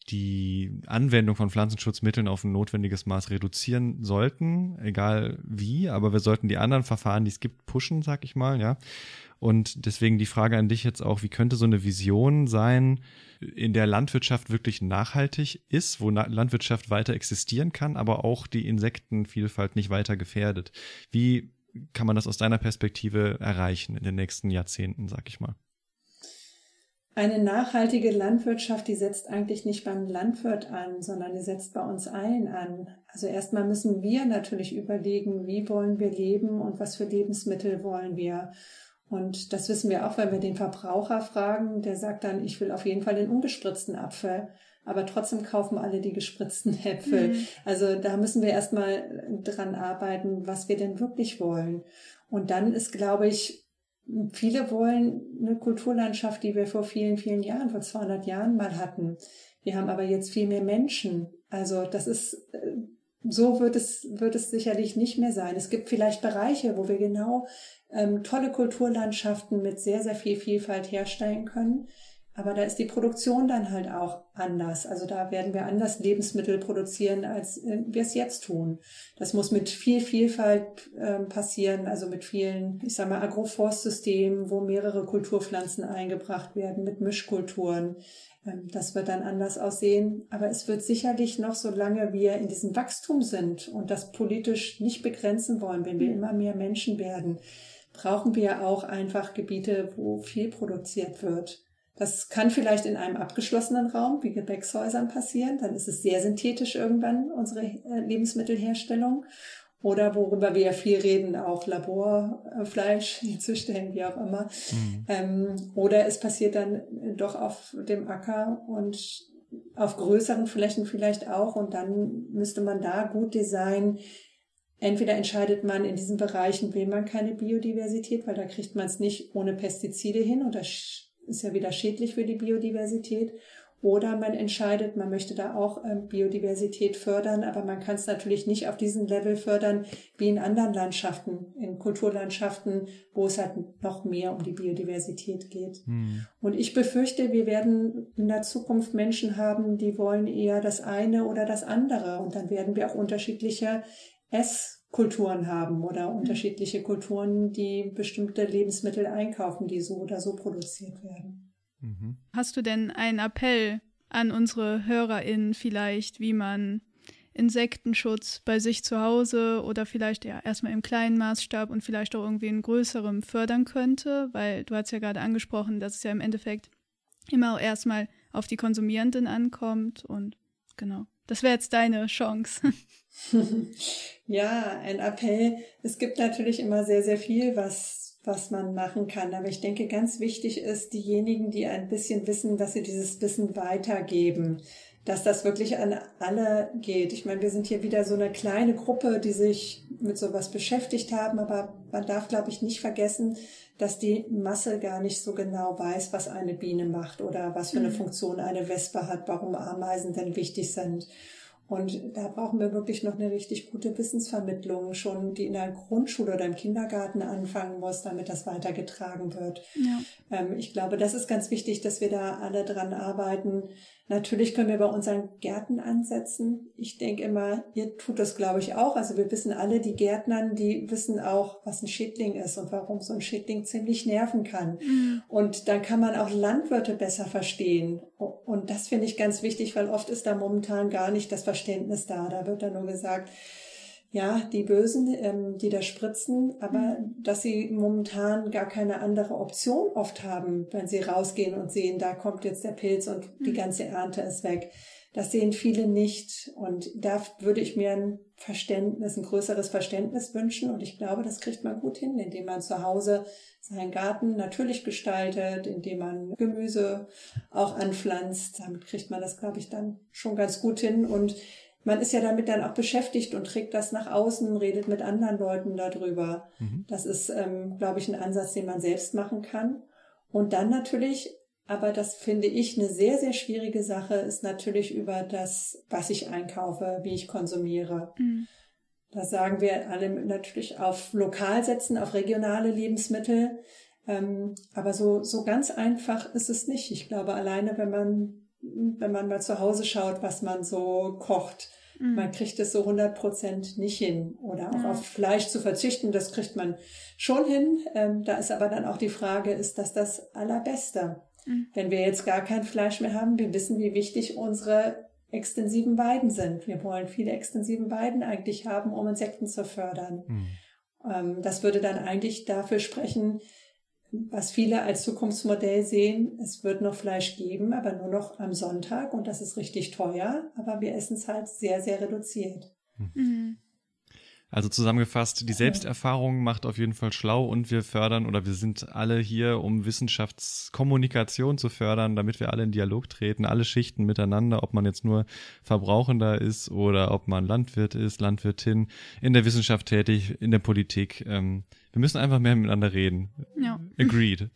die Anwendung von Pflanzenschutzmitteln auf ein notwendiges Maß reduzieren sollten, egal wie, aber wir sollten die anderen Verfahren, die es gibt, pushen, sag ich mal, ja. Und deswegen die Frage an dich jetzt auch, wie könnte so eine Vision sein, in der Landwirtschaft wirklich nachhaltig ist, wo Na- Landwirtschaft weiter existieren kann, aber auch die Insektenvielfalt nicht weiter gefährdet? Wie kann man das aus deiner Perspektive erreichen in den nächsten Jahrzehnten, sag ich mal? Eine nachhaltige Landwirtschaft, die setzt eigentlich nicht beim Landwirt an, sondern die setzt bei uns allen an. Also erstmal müssen wir natürlich überlegen, wie wollen wir leben und was für Lebensmittel wollen wir. Und das wissen wir auch, wenn wir den Verbraucher fragen, der sagt dann, ich will auf jeden Fall den ungespritzten Apfel. Aber trotzdem kaufen alle die gespritzten Äpfel. Mhm. Also da müssen wir erstmal dran arbeiten, was wir denn wirklich wollen. Und dann ist, glaube ich, viele wollen eine Kulturlandschaft, die wir vor vielen, vielen Jahren, vor zweihundert Jahren mal hatten. Wir haben aber jetzt viel mehr Menschen. Also das ist, so wird es, wird es sicherlich nicht mehr sein. Es gibt vielleicht Bereiche, wo wir genau ähm, tolle Kulturlandschaften mit sehr, sehr viel Vielfalt herstellen können. Aber da ist die Produktion dann halt auch anders. Also da werden wir anders Lebensmittel produzieren, als äh, wir es jetzt tun. Das muss mit viel Vielfalt äh, passieren, also mit vielen, ich sag mal, Agroforstsystemen, wo mehrere Kulturpflanzen eingebracht werden, mit Mischkulturen. Ähm, das wird dann anders aussehen. Aber es wird sicherlich noch, solange wir in diesem Wachstum sind und das politisch nicht begrenzen wollen, wenn wir immer mehr Menschen werden, brauchen wir auch einfach Gebiete, wo viel produziert wird. Das kann vielleicht in einem abgeschlossenen Raum wie Gewächshäusern passieren. Dann ist es sehr synthetisch irgendwann, unsere Lebensmittelherstellung. Oder worüber wir ja viel reden, auch Laborfleisch herzustellen, wie auch immer. Mhm. Ähm, oder es passiert dann doch auf dem Acker und auf größeren Flächen vielleicht auch. Und dann müsste man da gut designen. Entweder entscheidet man in diesen Bereichen, will man keine Biodiversität, weil da kriegt man es nicht ohne Pestizide hin und das ist ja wieder schädlich für die Biodiversität. Oder man entscheidet, man möchte da auch ähm, Biodiversität fördern, aber man kann es natürlich nicht auf diesem Level fördern wie in anderen Landschaften, in Kulturlandschaften, wo es halt noch mehr um die Biodiversität geht. Hm. Und ich befürchte, wir werden in der Zukunft Menschen haben, die wollen eher das eine oder das andere. Und dann werden wir auch unterschiedliche Esskulturen haben oder unterschiedliche Kulturen, die bestimmte Lebensmittel einkaufen, die so oder so produziert werden. Hast du denn einen Appell an unsere HörerInnen vielleicht, wie man Insektenschutz bei sich zu Hause oder vielleicht ja erstmal im kleinen Maßstab und vielleicht auch irgendwie in größerem fördern könnte? Weil du hast ja gerade angesprochen, dass es ja im Endeffekt immer auch erstmal auf die Konsumierenden ankommt und genau, das wäre jetzt deine Chance. Ja, ein Appell. Es gibt natürlich immer sehr, sehr viel, was was man machen kann. Aber ich denke, ganz wichtig ist, diejenigen, die ein bisschen wissen, dass sie dieses Wissen weitergeben, dass das wirklich an alle geht. Ich meine, wir sind hier wieder so eine kleine Gruppe, die sich mit sowas beschäftigt haben, aber man darf, glaube ich, nicht vergessen, dass die Masse gar nicht so genau weiß, was eine Biene macht oder was für eine Funktion eine Wespe hat, warum Ameisen denn wichtig sind. Und da brauchen wir wirklich noch eine richtig gute Wissensvermittlung, schon die in der Grundschule oder im Kindergarten anfangen muss, damit das weitergetragen wird. Ja. Ähm, ich glaube, das ist ganz wichtig, dass wir da alle dran arbeiten. Natürlich können wir bei unseren Gärten ansetzen. Ich denke immer, ihr tut das, glaube ich, auch. Also wir wissen alle, die Gärtnern, die wissen auch, was ein Schädling ist und warum so ein Schädling ziemlich nerven kann. Mhm. Und dann kann man auch Landwirte besser verstehen. Und das finde ich ganz wichtig, weil oft ist da momentan gar nicht das Verständnis da. Da wird dann nur gesagt, ja, die Bösen, ähm, die da spritzen, aber mhm. dass sie momentan gar keine andere Option oft haben, wenn sie rausgehen und sehen, da kommt jetzt der Pilz und mhm. die ganze Ernte ist weg. Das sehen viele nicht und da würde ich mir ein Verständnis, ein größeres Verständnis wünschen und ich glaube, das kriegt man gut hin, indem man zu Hause seinen Garten natürlich gestaltet, indem man Gemüse auch anpflanzt. Damit kriegt man das, glaube ich, dann schon ganz gut hin und man ist ja damit dann auch beschäftigt und trägt das nach außen, redet mit anderen Leuten darüber. Mhm. Das ist, ähm, glaube ich, ein Ansatz, den man selbst machen kann. Und dann natürlich, aber das finde ich eine sehr, sehr schwierige Sache, ist natürlich über das, was ich einkaufe, wie ich konsumiere. Mhm. Da sagen wir alle natürlich auf lokal setzen, auf regionale Lebensmittel. Ähm, aber so, so ganz einfach ist es nicht. Ich glaube, alleine, wenn man wenn man mal zu Hause schaut, was man so kocht. Mhm. Man kriegt es so hundert Prozent nicht hin. Oder auch ja. auf Fleisch zu verzichten, das kriegt man schon hin. Ähm, da ist aber dann auch die Frage, ist das das Allerbeste? Mhm. Wenn wir jetzt gar kein Fleisch mehr haben, wir wissen, wie wichtig unsere extensiven Weiden sind. Wir wollen viele extensive Weiden eigentlich haben, um Insekten zu fördern. Mhm. Ähm, das würde dann eigentlich dafür sprechen, was viele als Zukunftsmodell sehen, es wird noch Fleisch geben, aber nur noch am Sonntag und das ist richtig teuer, aber wir essen es halt sehr, sehr reduziert. Mhm. Also zusammengefasst, die Selbsterfahrung macht auf jeden Fall schlau und wir fördern oder wir sind alle hier, um Wissenschaftskommunikation zu fördern, damit wir alle in Dialog treten, alle Schichten miteinander, ob man jetzt nur Verbrauchender ist oder ob man Landwirt ist, Landwirtin, in der Wissenschaft tätig, in der Politik. Ähm, wir müssen einfach mehr miteinander reden. Ja. Agreed.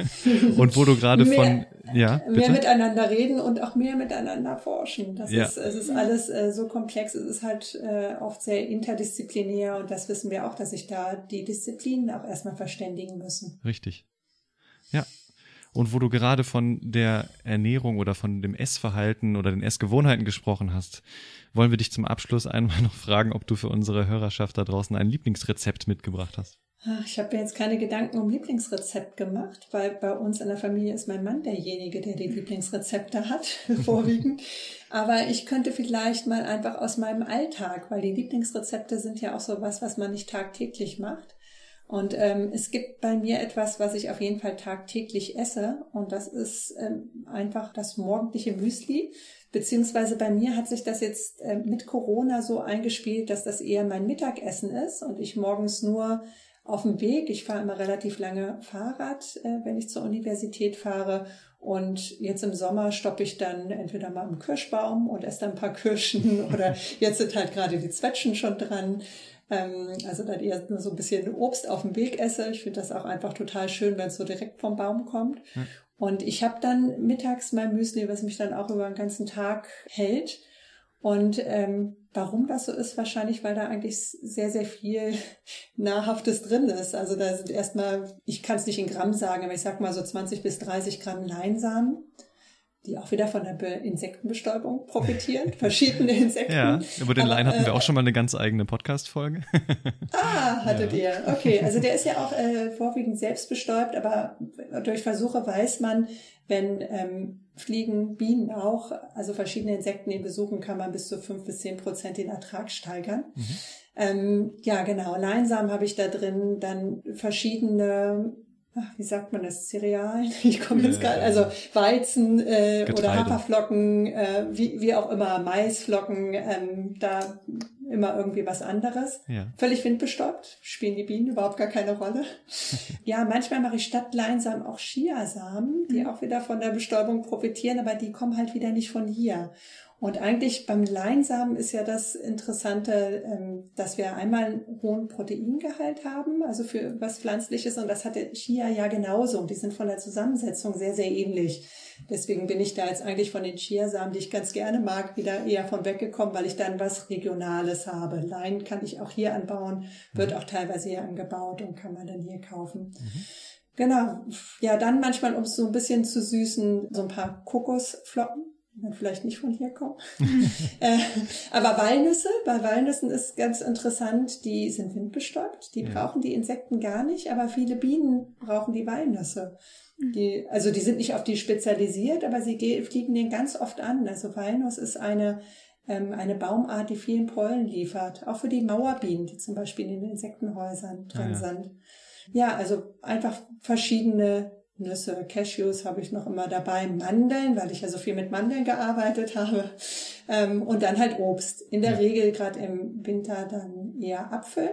Und wo du gerade von, ja, bitte? Mehr miteinander reden und auch mehr miteinander forschen. Das ja. ist, es ist alles äh, so komplex, es ist halt äh, oft sehr interdisziplinär und das wissen wir auch, dass sich da die Disziplinen auch erstmal verständigen müssen. Richtig. Ja. Und wo du gerade von der Ernährung oder von dem Essverhalten oder den Essgewohnheiten gesprochen hast, wollen wir dich zum Abschluss einmal noch fragen, ob du für unsere Hörerschaft da draußen ein Lieblingsrezept mitgebracht hast. Ach, ich habe mir jetzt keine Gedanken um Lieblingsrezept gemacht, weil bei uns in der Familie ist mein Mann derjenige, der die Lieblingsrezepte hat, vorwiegend. Aber ich könnte vielleicht mal einfach aus meinem Alltag, weil die Lieblingsrezepte sind ja auch so was, was man nicht tagtäglich macht. Und ähm, es gibt bei mir etwas, was ich auf jeden Fall tagtäglich esse und das ist ähm, einfach das morgendliche Müsli, beziehungsweise bei mir hat sich das jetzt äh, mit Corona so eingespielt, dass das eher mein Mittagessen ist und ich morgens nur auf dem Weg, ich fahre immer relativ lange Fahrrad, äh, wenn ich zur Universität fahre und jetzt im Sommer stoppe ich dann entweder mal am Kirschbaum und esse dann ein paar Kirschen oder jetzt sind halt gerade die Zwetschgen schon dran. Also dann eher nur so ein bisschen Obst auf dem Weg esse. Ich finde das auch einfach total schön, wenn es so direkt vom Baum kommt. Ja. Und ich habe dann mittags mein Müsli, was mich dann auch über den ganzen Tag hält. Und ähm, warum das so ist, wahrscheinlich, weil da eigentlich sehr, sehr viel Nahrhaftes drin ist. Also da sind erstmal, ich kann es nicht in Gramm sagen, aber ich sag mal so zwanzig bis dreißig Gramm Leinsamen, die auch wieder von der Be- Insektenbestäubung profitieren, verschiedene Insekten. Ja, über den Aber, Lein hatten wir äh, auch schon mal eine ganz eigene Podcast-Folge. Ah, hattet Ja. ihr. Okay, also der ist ja auch äh, vorwiegend selbst bestäubt, aber durch Versuche weiß man, wenn ähm, Fliegen, Bienen auch, also verschiedene Insekten ihn besuchen, kann man bis zu fünf bis zehn Prozent den Ertrag steigern. Mhm. Ähm, ja, genau, Leinsamen habe ich da drin, dann verschiedene, ach, wie sagt man das, Cerealien? Ich komme jetzt Äh, gerade, also Weizen äh, oder Getreide. Haferflocken, äh, wie, wie auch immer, Maisflocken, ähm, da immer irgendwie was anderes. Ja. Völlig windbestäubt, spielen die Bienen überhaupt gar keine Rolle. Ja, manchmal mache ich statt Leinsamen auch Chiasamen, die Mhm. auch wieder von der Bestäubung profitieren, aber die kommen halt wieder nicht von hier. Und eigentlich beim Leinsamen ist ja das Interessante, ähm, dass wir einmal einen hohen Proteingehalt haben, also für was Pflanzliches, und das hat der Chia ja genauso. Und die sind von der Zusammensetzung sehr, sehr ähnlich. Deswegen bin ich da jetzt eigentlich von den Chiasamen, die ich ganz gerne mag, wieder eher von weggekommen, weil ich dann was Regionales habe. Lein kann ich auch hier anbauen, wird auch teilweise hier angebaut und kann man dann hier kaufen. Mhm. Genau. Ja, dann manchmal, um es so ein bisschen zu süßen, so ein paar Kokosflocken. Dann vielleicht nicht von hier kommen. äh, aber Walnüsse, bei Walnüssen ist ganz interessant, die sind windbestäubt, die Ja. brauchen die Insekten gar nicht, aber viele Bienen brauchen die Walnüsse. Die, also die sind nicht auf die spezialisiert, aber sie ge- fliegen den ganz oft an. Also Walnuss ist eine, ähm, eine Baumart, die vielen Pollen liefert, auch für die Mauerbienen, die zum Beispiel in den Insektenhäusern drin Ah, ja. sind. Ja, also einfach verschiedene Nüsse, Cashews habe ich noch immer dabei, Mandeln, weil ich ja so viel mit Mandeln gearbeitet habe. Ähm, und dann halt Obst. In der Ja. Regel gerade im Winter dann eher Apfel.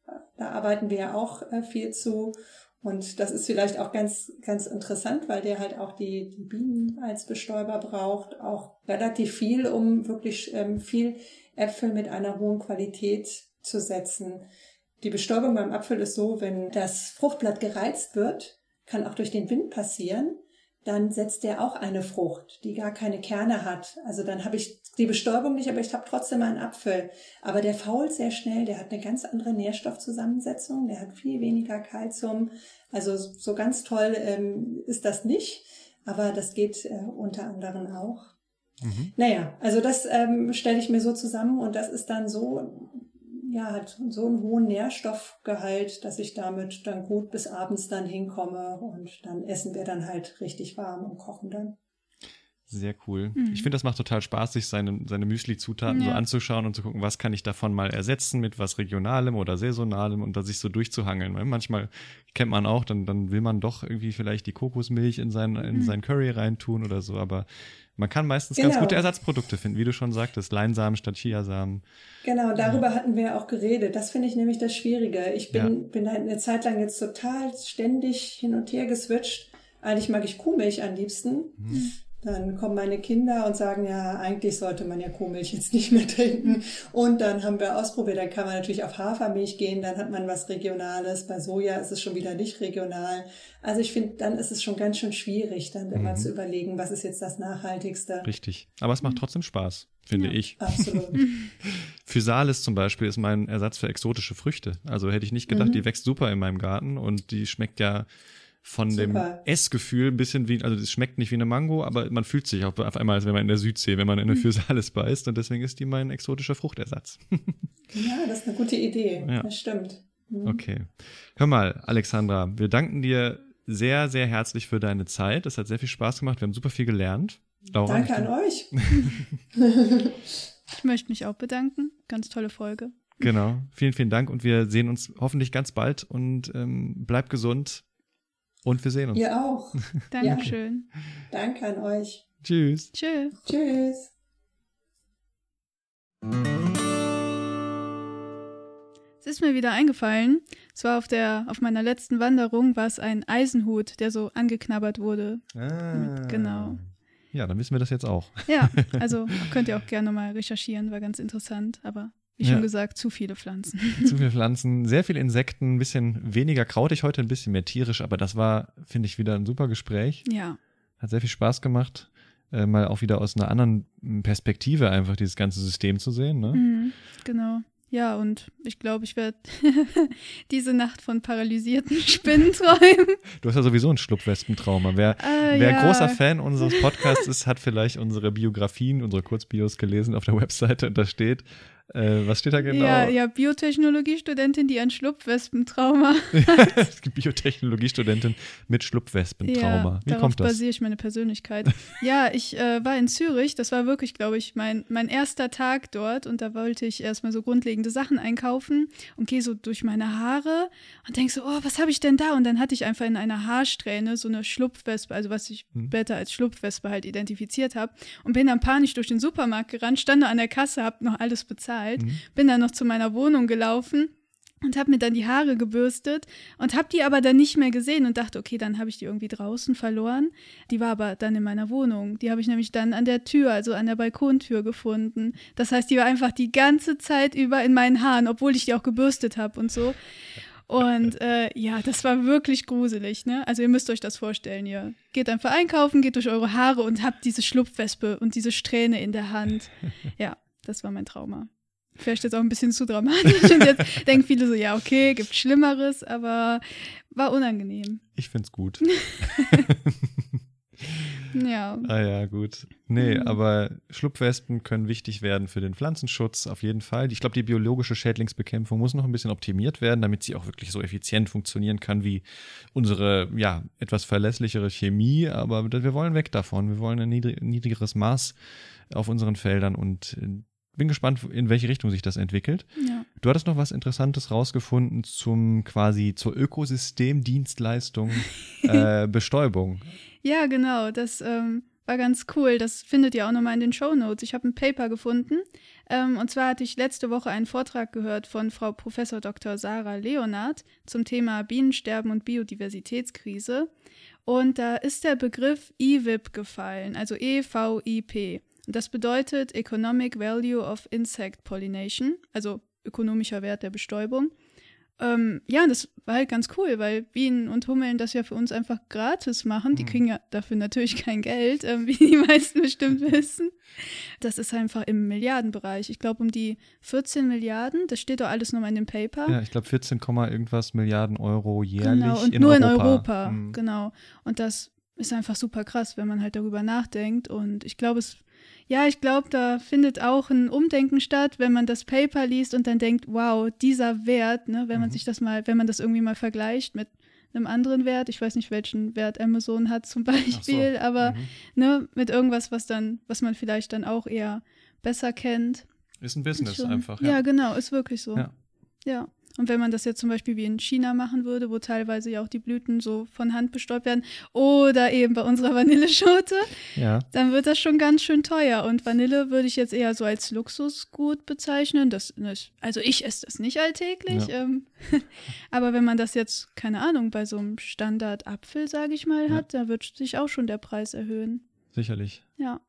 Da arbeiten wir ja auch äh, viel zu. Und das ist vielleicht auch ganz, ganz interessant, weil der halt auch die, die Bienen als Bestäuber braucht. Auch relativ viel, um wirklich ähm, viel Äpfel mit einer hohen Qualität zu setzen. Die Bestäubung beim Apfel ist so, wenn das Fruchtblatt gereizt wird, kann auch durch den Wind passieren, dann setzt der auch eine Frucht, die gar keine Kerne hat. Also dann habe ich die Bestäubung nicht, aber ich habe trotzdem einen Apfel. Aber der fault sehr schnell, der hat eine ganz andere Nährstoffzusammensetzung, der hat viel weniger Kalzium. Also so ganz toll ähm, ist das nicht, aber das geht äh, unter anderem auch. Mhm. Naja, also das ähm, stelle ich mir so zusammen und das ist dann so, ja, hat so einen hohen Nährstoffgehalt, dass ich damit dann gut bis abends dann hinkomme und dann essen wir dann halt richtig warm und kochen dann. Sehr cool. Mhm. Ich finde, das macht total Spaß, sich seine, seine Müsli-Zutaten so Ja. anzuschauen und zu gucken, was kann ich davon mal ersetzen mit was Regionalem oder Saisonalem und da sich so durchzuhangeln. Weil manchmal kennt man auch, dann, dann will man doch irgendwie vielleicht die Kokosmilch in sein, in Mhm. sein Curry reintun oder so, aber man kann meistens ganz Genau. gute Ersatzprodukte finden, wie du schon sagtest, Leinsamen statt Chiasamen. Genau, darüber hatten wir auch geredet. Das finde ich nämlich das Schwierige. Ich bin, Ja. bin da eine Zeit lang jetzt total ständig hin und her geswitcht. Eigentlich mag ich Kuhmilch am liebsten. Mhm. Dann kommen meine Kinder und sagen, ja, eigentlich sollte man ja Kuhmilch jetzt nicht mehr trinken. Und dann haben wir ausprobiert, dann kann man natürlich auf Hafermilch gehen, dann hat man was Regionales. Bei Soja ist es schon wieder nicht regional. Also ich finde, dann ist es schon ganz schön schwierig, dann immer Mhm. zu überlegen, was ist jetzt das Nachhaltigste. Richtig. Aber es macht trotzdem Spaß, finde Ja. ich. Absolut. Physalis zum Beispiel ist mein Ersatz für exotische Früchte. Also hätte ich nicht gedacht, Mhm. die wächst super in meinem Garten und die schmeckt ja von Super. dem Essgefühl ein bisschen wie, also es schmeckt nicht wie eine Mango, aber man fühlt sich auf, auf einmal, als wenn man in der Südsee, wenn man in eine Mhm. Physalis beißt und deswegen ist die mein exotischer Fruchtersatz. Ja, das ist eine gute Idee. Ja. Das stimmt. Mhm. Okay. Hör mal, Alexandra, wir danken dir sehr, sehr herzlich für deine Zeit. Es hat sehr viel Spaß gemacht. Wir haben super viel gelernt. Laura, Danke an euch. Ich möchte mich auch bedanken. Ganz tolle Folge. Genau. Vielen, vielen Dank und wir sehen uns hoffentlich ganz bald und ähm, bleib gesund und wir sehen uns. Ihr auch. Dankeschön. Danke an euch. Tschüss. Tschö. Tschüss. Es ist mir wieder eingefallen. Es war auf der, auf meiner letzten Wanderung war es ein Eisenhut, der so angeknabbert wurde. Ah. Genau. Ja, dann wissen wir das jetzt auch. Ja, also könnt ihr auch gerne mal recherchieren, war ganz interessant, aber wie Ja. schon gesagt, zu viele Pflanzen. Zu viele Pflanzen, sehr viele Insekten, ein bisschen weniger krautig heute, ein bisschen mehr tierisch, aber das war, finde ich, wieder ein super Gespräch. Ja, Hat sehr viel Spaß gemacht, äh, mal auch wieder aus einer anderen Perspektive einfach dieses ganze System zu sehen. Ne? Mhm, genau. Ja, und ich glaube, ich werde diese Nacht von paralysierten Spinnen träumen. Du hast ja sowieso ein Schlupfwespentrauma. Wer, äh, wer ja. großer Fan unseres Podcasts ist, hat vielleicht unsere Biografien, unsere Kurzbios gelesen auf der Webseite und da steht, äh, was steht da genau? Ja, ja, Biotechnologiestudentin, die ein Schlupfwespentrauma Es gibt Biotechnologiestudentin mit Schlupfwespentrauma. Ja, Wie darauf kommt das? basiere ich meine Persönlichkeit. Ja, ich äh, war in Zürich, das war wirklich, glaube ich, mein, mein erster Tag dort und da wollte ich erstmal so grundlegende Sachen einkaufen und gehe so durch meine Haare und denke so, oh, was habe ich denn da? Und dann hatte ich einfach in einer Haarsträhne so eine Schlupfwespe, also was ich Hm. später als Schlupfwespe halt identifiziert habe und bin dann panisch durch den Supermarkt gerannt, stand da an der Kasse, habe noch alles bezahlt. Mhm. Bin dann noch zu meiner Wohnung gelaufen und habe mir dann die Haare gebürstet und habe die aber dann nicht mehr gesehen und dachte, okay, dann habe ich die irgendwie draußen verloren. Die war aber dann in meiner Wohnung. Die habe ich nämlich dann an der Tür, also an der Balkontür gefunden. Das heißt, die war einfach die ganze Zeit über in meinen Haaren, obwohl ich die auch gebürstet habe und so. Und äh, ja, das war wirklich gruselig, ne? Also ihr müsst euch das vorstellen, ihr geht einfach einkaufen, geht durch eure Haare und habt diese Schlupfwespe und diese Strähne in der Hand. Ja, das war mein Trauma. Vielleicht jetzt auch ein bisschen zu dramatisch und jetzt denken viele so, ja, okay, gibt Schlimmeres, aber war unangenehm. Ich find's gut. Ja. Ah ja, gut. Nee, Mhm. aber Schlupfwespen können wichtig werden für den Pflanzenschutz, auf jeden Fall. Ich glaube, die biologische Schädlingsbekämpfung muss noch ein bisschen optimiert werden, damit sie auch wirklich so effizient funktionieren kann wie unsere, ja, etwas verlässlichere Chemie. Aber wir wollen weg davon. Wir wollen ein niedrig- niedrigeres Maß auf unseren Feldern und äh, bin gespannt, in welche Richtung sich das entwickelt. Ja. Du hattest noch was Interessantes rausgefunden zum quasi zur Ökosystemdienstleistung äh, Bestäubung. Ja, genau, das ähm, war ganz cool. Das findet ihr auch nochmal in den Shownotes. Ich habe ein Paper gefunden. Ähm, und zwar hatte ich letzte Woche einen Vortrag gehört von Frau Professor Doktor Sarah Leonard zum Thema Bienensterben und Biodiversitätskrise. Und da ist der Begriff E V I P gefallen, also E V I P. Und das bedeutet Economic Value of Insect Pollination, also ökonomischer Wert der Bestäubung. Ähm, ja, das war halt ganz cool, weil Bienen und Hummeln das ja für uns einfach gratis machen. Die Mhm. kriegen ja dafür natürlich kein Geld, ähm, wie die meisten bestimmt wissen. Das ist einfach im Milliardenbereich. Ich glaube um die vierzehn Milliarden, das steht doch alles nochmal in dem Paper. Ja, ich glaube vierzehn, irgendwas Milliarden Euro jährlich Genau, und in nur Europa. in Europa, Mhm. genau. Und das ist einfach super krass, wenn man halt darüber nachdenkt. Und ich glaube, es, ja, ich glaube, da findet auch ein Umdenken statt, wenn man das Paper liest und dann denkt, wow, dieser Wert, ne, wenn man Mhm. sich das mal, wenn man das irgendwie mal vergleicht mit einem anderen Wert, ich weiß nicht, welchen Wert Amazon hat zum Beispiel, Ach so. aber Mhm. ne, mit irgendwas, was dann, was man vielleicht dann auch eher besser kennt. Ist ein Business Schon. einfach. Ja. Ja. genau, ist wirklich so. Ja. Ja. Und wenn man das jetzt zum Beispiel wie in China machen würde, wo teilweise ja auch die Blüten so von Hand bestäubt werden, oder eben bei unserer Vanilleschote, Ja. dann wird das schon ganz schön teuer. Und Vanille würde ich jetzt eher so als Luxusgut bezeichnen. Das, das, also ich esse das nicht alltäglich. Ja. Ähm, aber wenn man das jetzt, keine Ahnung, bei so einem Standard-Apfel, sage ich mal, Ja. hat, da wird sich auch schon der Preis erhöhen. Sicherlich. Ja.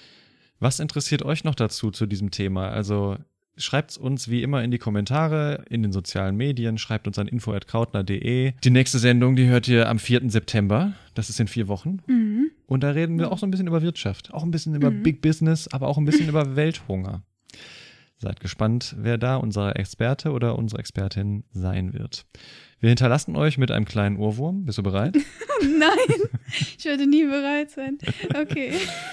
Was interessiert euch noch dazu, zu diesem Thema? Also schreibt es uns wie immer in die Kommentare, in den sozialen Medien, schreibt uns an info at krautner punkt de. Die nächste Sendung, die hört ihr am vierten September, das ist in vier Wochen. Mhm. Und da reden wir auch so ein bisschen über Wirtschaft, auch ein bisschen über Mhm. Big Business, aber auch ein bisschen über Welthunger. Seid gespannt, wer da unser Experte oder unsere Expertin sein wird. Wir hinterlassen euch mit einem kleinen Ohrwurm. Bist du bereit? Nein, ich werde nie bereit sein. Okay.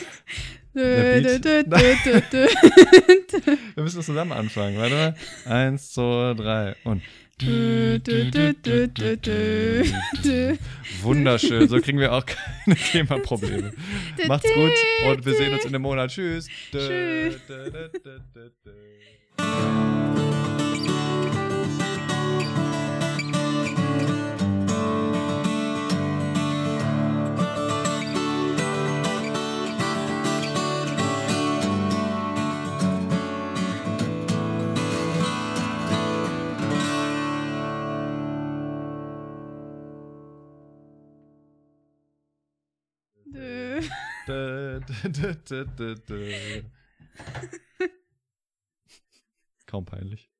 Der Dö, Beat. dö, dö, dö, dö. Wir müssen das zusammen anfangen. Warte mal. Eins, zwei, drei und. Dö, dö, dö, dö, dö, dö, dö. Wunderschön. So kriegen wir auch keine Klimaprobleme. Macht's gut und wir sehen uns in einem Monat. Tschüss. Tschüss. Dö, dö, dö, dö, dö. Dö. Dö, dö, dö, dö, dö. Kaum peinlich.